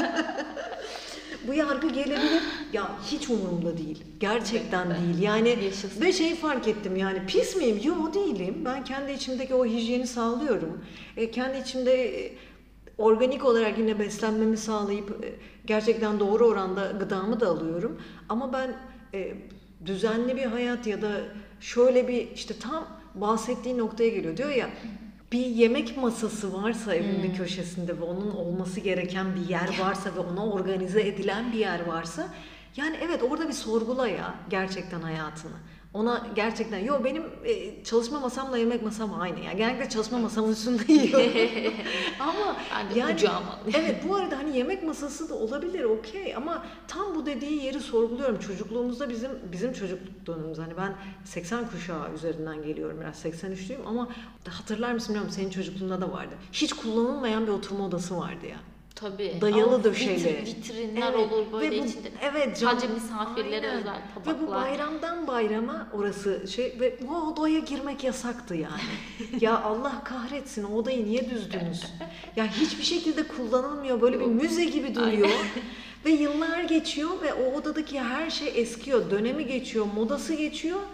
Bu yargı gelebilir. Ya hiç umurumda değil. Gerçekten değil. Yani Yaşasın. ve şeyi fark ettim, yani pis miyim? Yok, değilim. Ben kendi içimdeki o hijyeni sağlıyorum. Kendi içimde organik olarak yine beslenmemi sağlayıp gerçekten doğru oranda gıdamı da alıyorum. Ama ben düzenli bir hayat ya da şöyle bir, işte tam bahsettiği noktaya geliyor. Diyor ya, bir yemek masası varsa evin bir köşesinde ve onun olması gereken bir yer varsa ve ona organize edilen bir yer varsa, yani evet, orada bir sorgula ya gerçekten hayatını. Ona gerçekten, benim çalışma masamla yemek masam aynı. Yani genellikle çalışma masamın üstünde yiyorum. Ama Ben de kucağıma. evet, bu arada hani yemek masası da olabilir, okey, ama tam bu dediği yeri sorguluyorum. Çocukluğumuzda bizim çocukluk dönemimiz, hani ben 80 kuşağı üzerinden geliyorum, biraz 83'lüyüm, ama hatırlar mısın bilmiyorum, senin çocukluğunda da vardı. Hiç kullanılmayan bir oturma odası vardı ya. Tabii. Dayalı döşeli. Vitrinler Evet, olur böyle ve bu, içinde. Evet, Sadece misafirlere aynen. özel tabaklar. Ve bu bayramdan bayrama orası ve bu odaya girmek yasaktı yani. Ya Allah kahretsin, o odayı niye düzdünüz? Ya hiçbir şekilde kullanılmıyor, böyle bir müze gibi duruyor. Ve yıllar geçiyor ve o odadaki her şey eskiyor, dönemi geçiyor, modası geçiyor.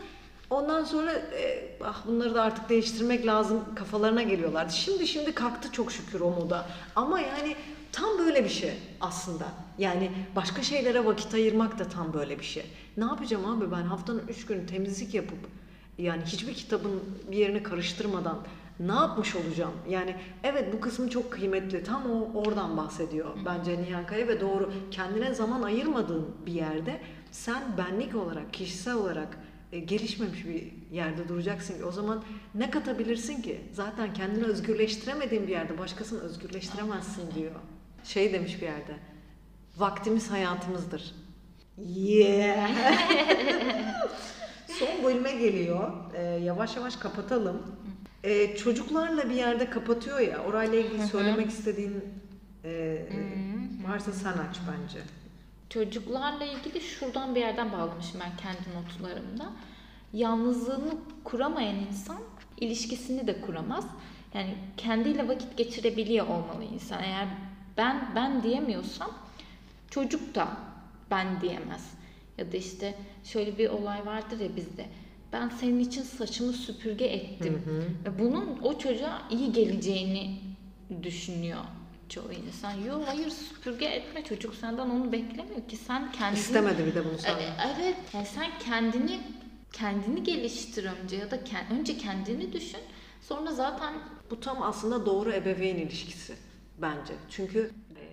Ondan sonra bunları da artık değiştirmek lazım kafalarına geliyorlardı. Şimdi kalktı çok şükür o moda. Ama yani tam böyle bir şey aslında. Yani başka şeylere vakit ayırmak da tam böyle bir şey. Ne yapacağım abi, ben haftanın 3 günü temizlik yapıp yani hiçbir kitabın bir yerini karıştırmadan ne yapmış olacağım? Yani evet, bu kısmı çok kıymetli. Tam oradan bahsediyor bence Nihan Kaya ve doğru. Kendine zaman ayırmadığın bir yerde sen benlik olarak, kişisel olarak gelişmemiş bir yerde duracaksın ki o zaman ne katabilirsin ki? Zaten kendini özgürleştiremediğin bir yerde başkasını özgürleştiremezsin diyor. Şey demiş bir yerde. Vaktimiz hayatımızdır. Yeah. Son bölüme geliyor. Yavaş yavaş kapatalım. Çocuklarla bir yerde kapatıyor ya. Orayla ilgili söylemek istediğin varsa sen aç bence. Çocuklarla ilgili şuradan bir yerden bağlamışım ben kendi notlarımda. Yalnızlığını kuramayan insan ilişkisini de kuramaz. Yani kendiyle vakit geçirebiliyor olmalı insan. Eğer ben diyemiyorsam çocuk da ben diyemez. Ya da işte şöyle bir olay vardır ya bizde. Ben senin için saçımı süpürge ettim. Ve bunun o çocuğa iyi geleceğini düşünüyor çoğu insan. Yok, hayır, süpürge etme, çocuk senden onu beklemiyor ki, sen kendini... İstemedi bir de bunu sana. Evet, yani sen kendini geliştir önce ya da önce kendini düşün. Sonra zaten... Bu tam aslında doğru ebeveyn ilişkisi bence. Çünkü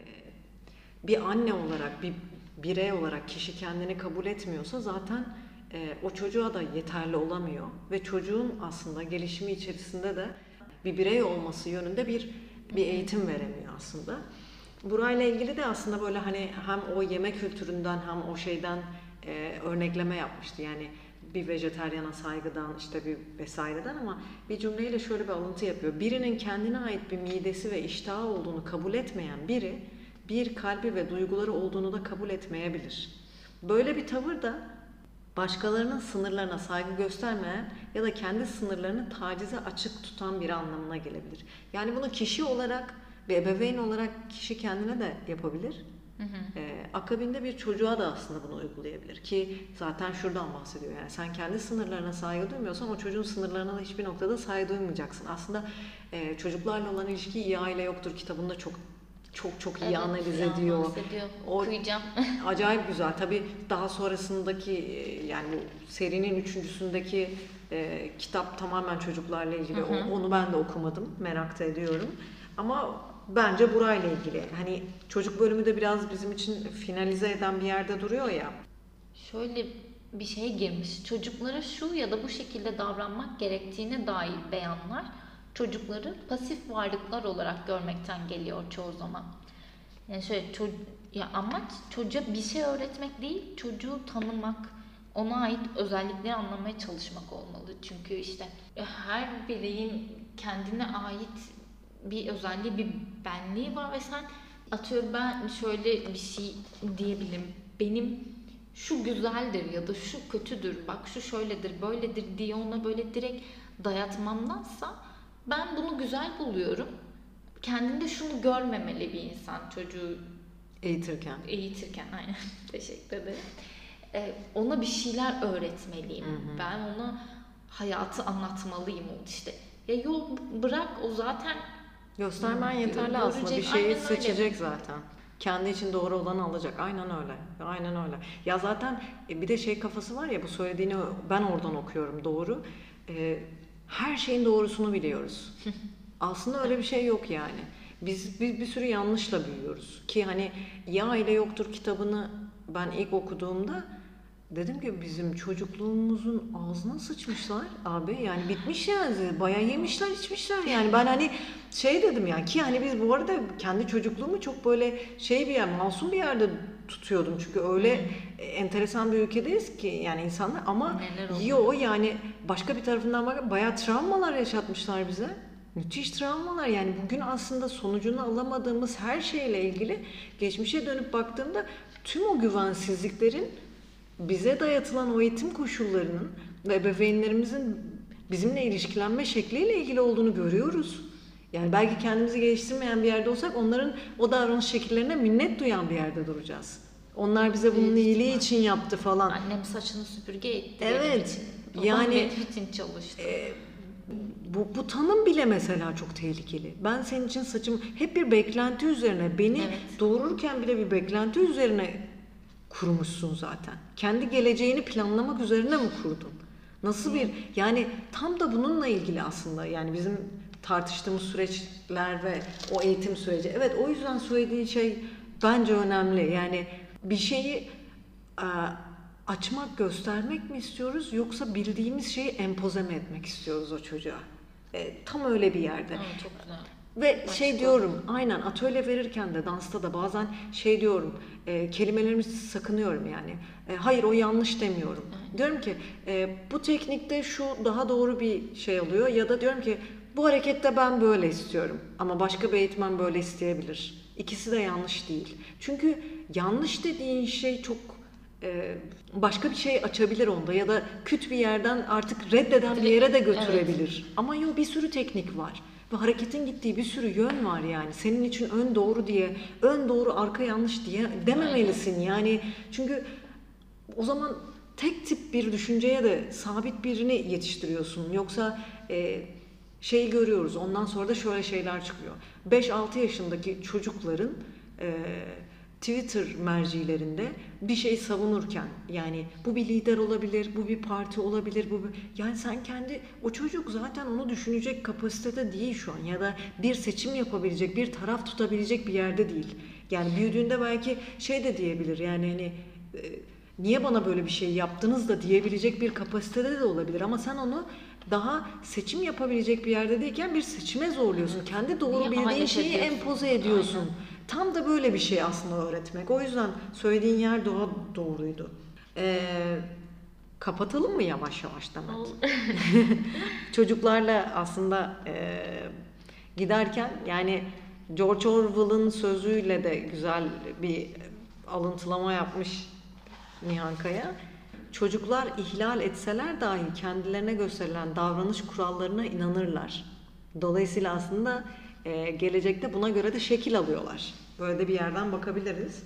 bir anne olarak, bir birey olarak kişi kendini kabul etmiyorsa zaten o çocuğa da yeterli olamıyor. Ve çocuğun aslında gelişimi içerisinde de bir birey olması yönünde bir eğitim veremiyor aslında. Burayla ilgili de aslında böyle hani hem o yemek kültüründen hem o şeyden örnekleme yapmıştı. Yani bir vejetaryana saygıdan işte bir vesaireden, ama bir cümleyle şöyle bir alıntı yapıyor. Birinin kendine ait bir midesi ve iştahı olduğunu kabul etmeyen biri bir kalbi ve duyguları olduğunu da kabul etmeyebilir. Böyle bir tavır da başkalarının sınırlarına saygı göstermeyen ya da kendi sınırlarını tacize açık tutan biri anlamına gelebilir. Yani bunu kişi olarak ve ebeveyn olarak kişi kendine de yapabilir. Akabinde bir çocuğa da aslında bunu uygulayabilir ki zaten şuradan bahsediyor. Yani sen kendi sınırlarına saygı duymuyorsan o çocuğun sınırlarına da hiçbir noktada saygı duymayacaksın. Aslında çocuklarla olan ilişki iyi aile yoktur kitabında çok iyi analiz ediyor. Okuyacağım. Acayip güzel. Tabii daha sonrasındaki yani bu serinin üçüncüsündeki kitap tamamen çocuklarla ilgili. Onu ben de okumadım. Merak da ediyorum. Ama bence burayla ilgili. Hani çocuk bölümü de biraz bizim için finalize eden bir yerde duruyor ya. Şöyle bir şey girmiş. Çocuklara şu ya da bu şekilde davranmak gerektiğine dair beyanlar çocukları pasif varlıklar olarak görmekten geliyor çoğu zaman. Yani şöyle amaç çocuğa bir şey öğretmek değil, çocuğu tanımak, ona ait özellikleri anlamaya çalışmak olmalı. Çünkü işte her bireyin kendine ait bir özelliği, bir benliği var ve sen atıyorum ben şöyle bir şey diyebilirim. Benim şu güzeldir ya da şu kötüdür, bak şu şöyledir, böyledir diye ona böyle direkt dayatmamdansa ben bunu güzel buluyorum. Kendinde şunu görmemeli bir insan çocuğu Eğitirken aynen. Teşekkür ederim. Ona bir şeyler öğretmeliyim. Ben ona hayatı anlatmalıyım işte. Ya yok, bırak, o zaten göstermen yeterli aslında. Bir şeyi seçecek zaten. Kendi için doğru olanı alacak. Aynen öyle. Aynen öyle. Ya zaten bir de şey kafası var ya, bu söylediğini ben oradan okuyorum, doğru. Her şeyin doğrusunu biliyoruz. Aslında öyle bir şey yok yani. Biz bir sürü yanlışla büyüyoruz. Ki hani Ya Aile Yoktur kitabını ben ilk okuduğumda dedim ki bizim çocukluğumuzun ağzına sıçmışlar abi, yani bitmiş yani, bayağı yemişler içmişler yani. Ben hani şey dedim yani, ki hani biz bu arada kendi çocukluğumu çok böyle şey bir yer, masum bir yerde tutuyordum çünkü öyle enteresan bir ülkedeyiz ki yani insanlar, ama yani başka bir tarafından bak, bayağı travmalar yaşatmışlar bize. Müthiş travmalar yani. Bugün aslında sonucunu alamadığımız her şeyle ilgili geçmişe dönüp baktığımda tüm o güvensizliklerin bize dayatılan o eğitim koşullarının ve ebeveynlerimizin bizimle ilişkilenme şekliyle ilgili olduğunu görüyoruz. Yani belki kendimizi geliştirmeyen bir yerde olsak onların o davranış şekillerine minnet duyan bir yerde duracağız. Onlar bize bunun iyiliği için yaptı falan. Annem saçını süpürge etti evet, benim için. Yani benim için çalıştı. bu tanım bile mesela çok tehlikeli. Ben senin için saçım hep bir beklenti üzerine, beni Evet. doğururken bile bir beklenti üzerine kurmuşsun zaten. Kendi geleceğini planlamak üzerine mi kurdun? Nasıl bir, yani tam da bununla ilgili aslında, yani bizim tartıştığımız süreçler ve o eğitim süreci. Evet, o yüzden söylediğin şey bence önemli. Yani bir şeyi açmak, göstermek mi istiyoruz, yoksa bildiğimiz şeyi empoze mi etmek istiyoruz o çocuğa? Tam öyle bir yerde. Evet, çok güzel. Ve şey diyorum, aynen atölye verirken de, dansta da bazen şey diyorum, kelimelerimi sakınıyorum yani. Hayır, o yanlış demiyorum. Diyorum ki bu teknikte şu daha doğru bir şey oluyor, ya da diyorum ki bu harekette ben böyle istiyorum ama başka bir eğitmen böyle isteyebilir. İkisi de yanlış değil. Çünkü yanlış dediğin şey çok başka bir şey açabilir onda, ya da küt bir yerden artık reddeden bir yere de götürebilir. Evet. Ama yok, bir sürü teknik var. Ve hareketin gittiği bir sürü yön var yani. Senin için ön doğru diye, ön doğru arka yanlış diye dememelisin yani. Çünkü o zaman tek tip bir düşünceye de sabit birini yetiştiriyorsun. Yoksa şeyi görüyoruz, ondan sonra da şöyle şeyler çıkıyor. 5-6 yaşındaki çocukların Twitter mercilerinde bir şey savunurken, yani bu bir lider olabilir, bu bir parti olabilir, yani sen kendi, o çocuk zaten onu düşünecek kapasitede değil şu an, ya da bir seçim yapabilecek, bir taraf tutabilecek bir yerde değil. Yani büyüdüğünde belki şey de diyebilir, yani hani niye bana böyle bir şey yaptınız da diyebilecek bir kapasitede de olabilir, ama sen onu daha seçim yapabilecek bir yerde değilken bir seçime zorluyorsun. Evet. Kendi doğru bildiğin şeyi empoze ediyorsun. Aynen. Tam da böyle bir şey aslında öğretmek. O yüzden söylediğin yer doğruydu. Kapatalım mı yavaş yavaş Demet? Çocuklarla aslında giderken, yani George Orwell'ın sözüyle de güzel bir alıntılama yapmış Nihan Kaya. Çocuklar ihlal etseler dahi kendilerine gösterilen davranış kurallarına inanırlar. Dolayısıyla aslında gelecekte buna göre de şekil alıyorlar. Böyle de bir yerden bakabiliriz.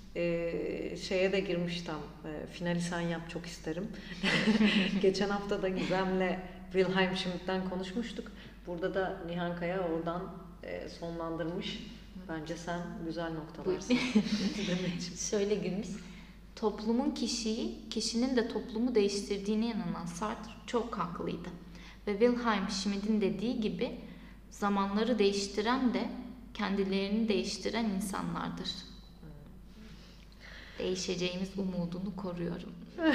Şeye de girmiş tam. Finali sen yap, çok isterim. Geçen hafta da Gizem'le Wilhelm Schmidt'ten konuşmuştuk. Burada da Nihan Kaya oradan sonlandırmış. Bence sen güzel noktalarsın. Şöyle girmiş. Toplumun kişiyi, kişinin de toplumu değiştirdiğine inanan Sartre çok haklıydı. Ve Wilhelm Schmidt'in dediği gibi zamanları değiştiren de kendilerini değiştiren insanlardır. Değişeceğimiz umudunu koruyorum.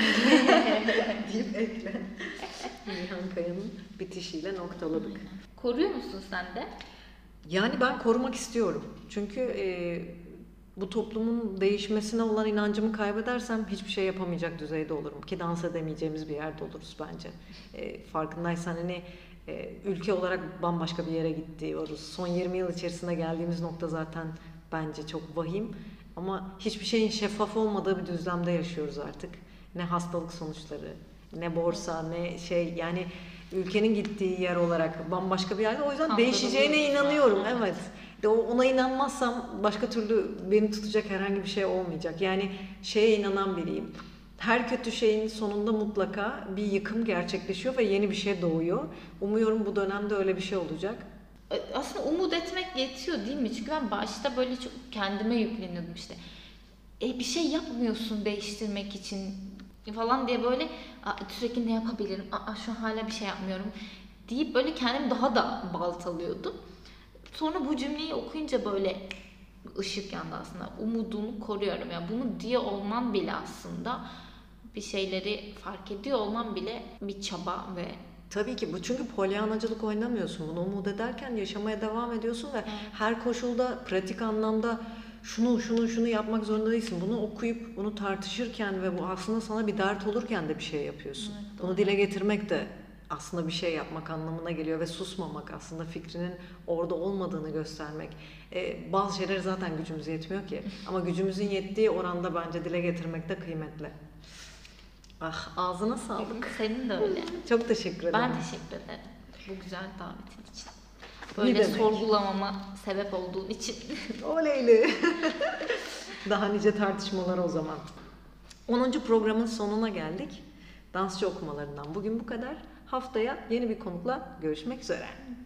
deyip ekle. Nihan Kaya'nın bitişiyle noktaladık. Koruyor musun sen de? Yani ben korumak istiyorum. Çünkü bu toplumun değişmesine olan inancımı kaybedersem hiçbir şey yapamayacak düzeyde olurum. Ki dans edemeyeceğimiz bir yerde oluruz bence. Farkındaysan hani ülke olarak bambaşka bir yere gidiyoruz. Son 20 yıl içerisinde geldiğimiz nokta zaten bence çok vahim. Ama hiçbir şeyin şeffaf olmadığı bir düzlemde yaşıyoruz artık. Ne hastalık sonuçları, ne borsa, ne şey, yani ülkenin gittiği yer olarak bambaşka bir yerde. O yüzden değişeceğine inanıyorum. Evet. Ona inanmazsam başka türlü beni tutacak herhangi bir şey olmayacak. Yani şeye inanan biriyim. Her kötü şeyin sonunda mutlaka bir yıkım gerçekleşiyor ve yeni bir şey doğuyor. Umuyorum bu dönemde öyle bir şey olacak. Aslında umut etmek yetiyor değil mi? Çünkü ben başta böyle çok kendime yükleniyordum işte. Bir şey yapmıyorsun değiştirmek için falan diye böyle sürekli ne yapabilirim? Şu an hala bir şey yapmıyorum deyip böyle kendimi daha da baltalıyordum. Sonra bu cümleyi okuyunca böyle ışık yandı aslında. Umudunu koruyorum. Yani bunu diye olman bile aslında bir şeyleri fark ediyor olman bile bir çaba ve tabii ki bu, çünkü polyanacılık oynamıyorsun. Bunu umut ederken yaşamaya devam ediyorsun ve her koşulda pratik anlamda şunu yapmak zorunda değilsin. Bunu okuyup bunu tartışırken ve bu aslında sana bir dert olurken de bir şey yapıyorsun. Evet, bunu dile getirmek de aslında bir şey yapmak anlamına geliyor ve susmamak aslında fikrinin orada olmadığını göstermek. Bazı şeyler zaten gücümüz yetmiyor ki, ama gücümüzün yettiği oranda bence dile getirmek de kıymetli. Ah, ağzına sağlık. Senin de öyle. Çok teşekkür ederim. Ben teşekkür ederim bu güzel davetin için. Böyle sorgulamama sebep olduğun için. Oleyli. Daha nice tartışmalar o zaman. 10. programın sonuna geldik. Dansçı okumalarından bugün bu kadar. Haftaya yeni bir konukla görüşmek üzere.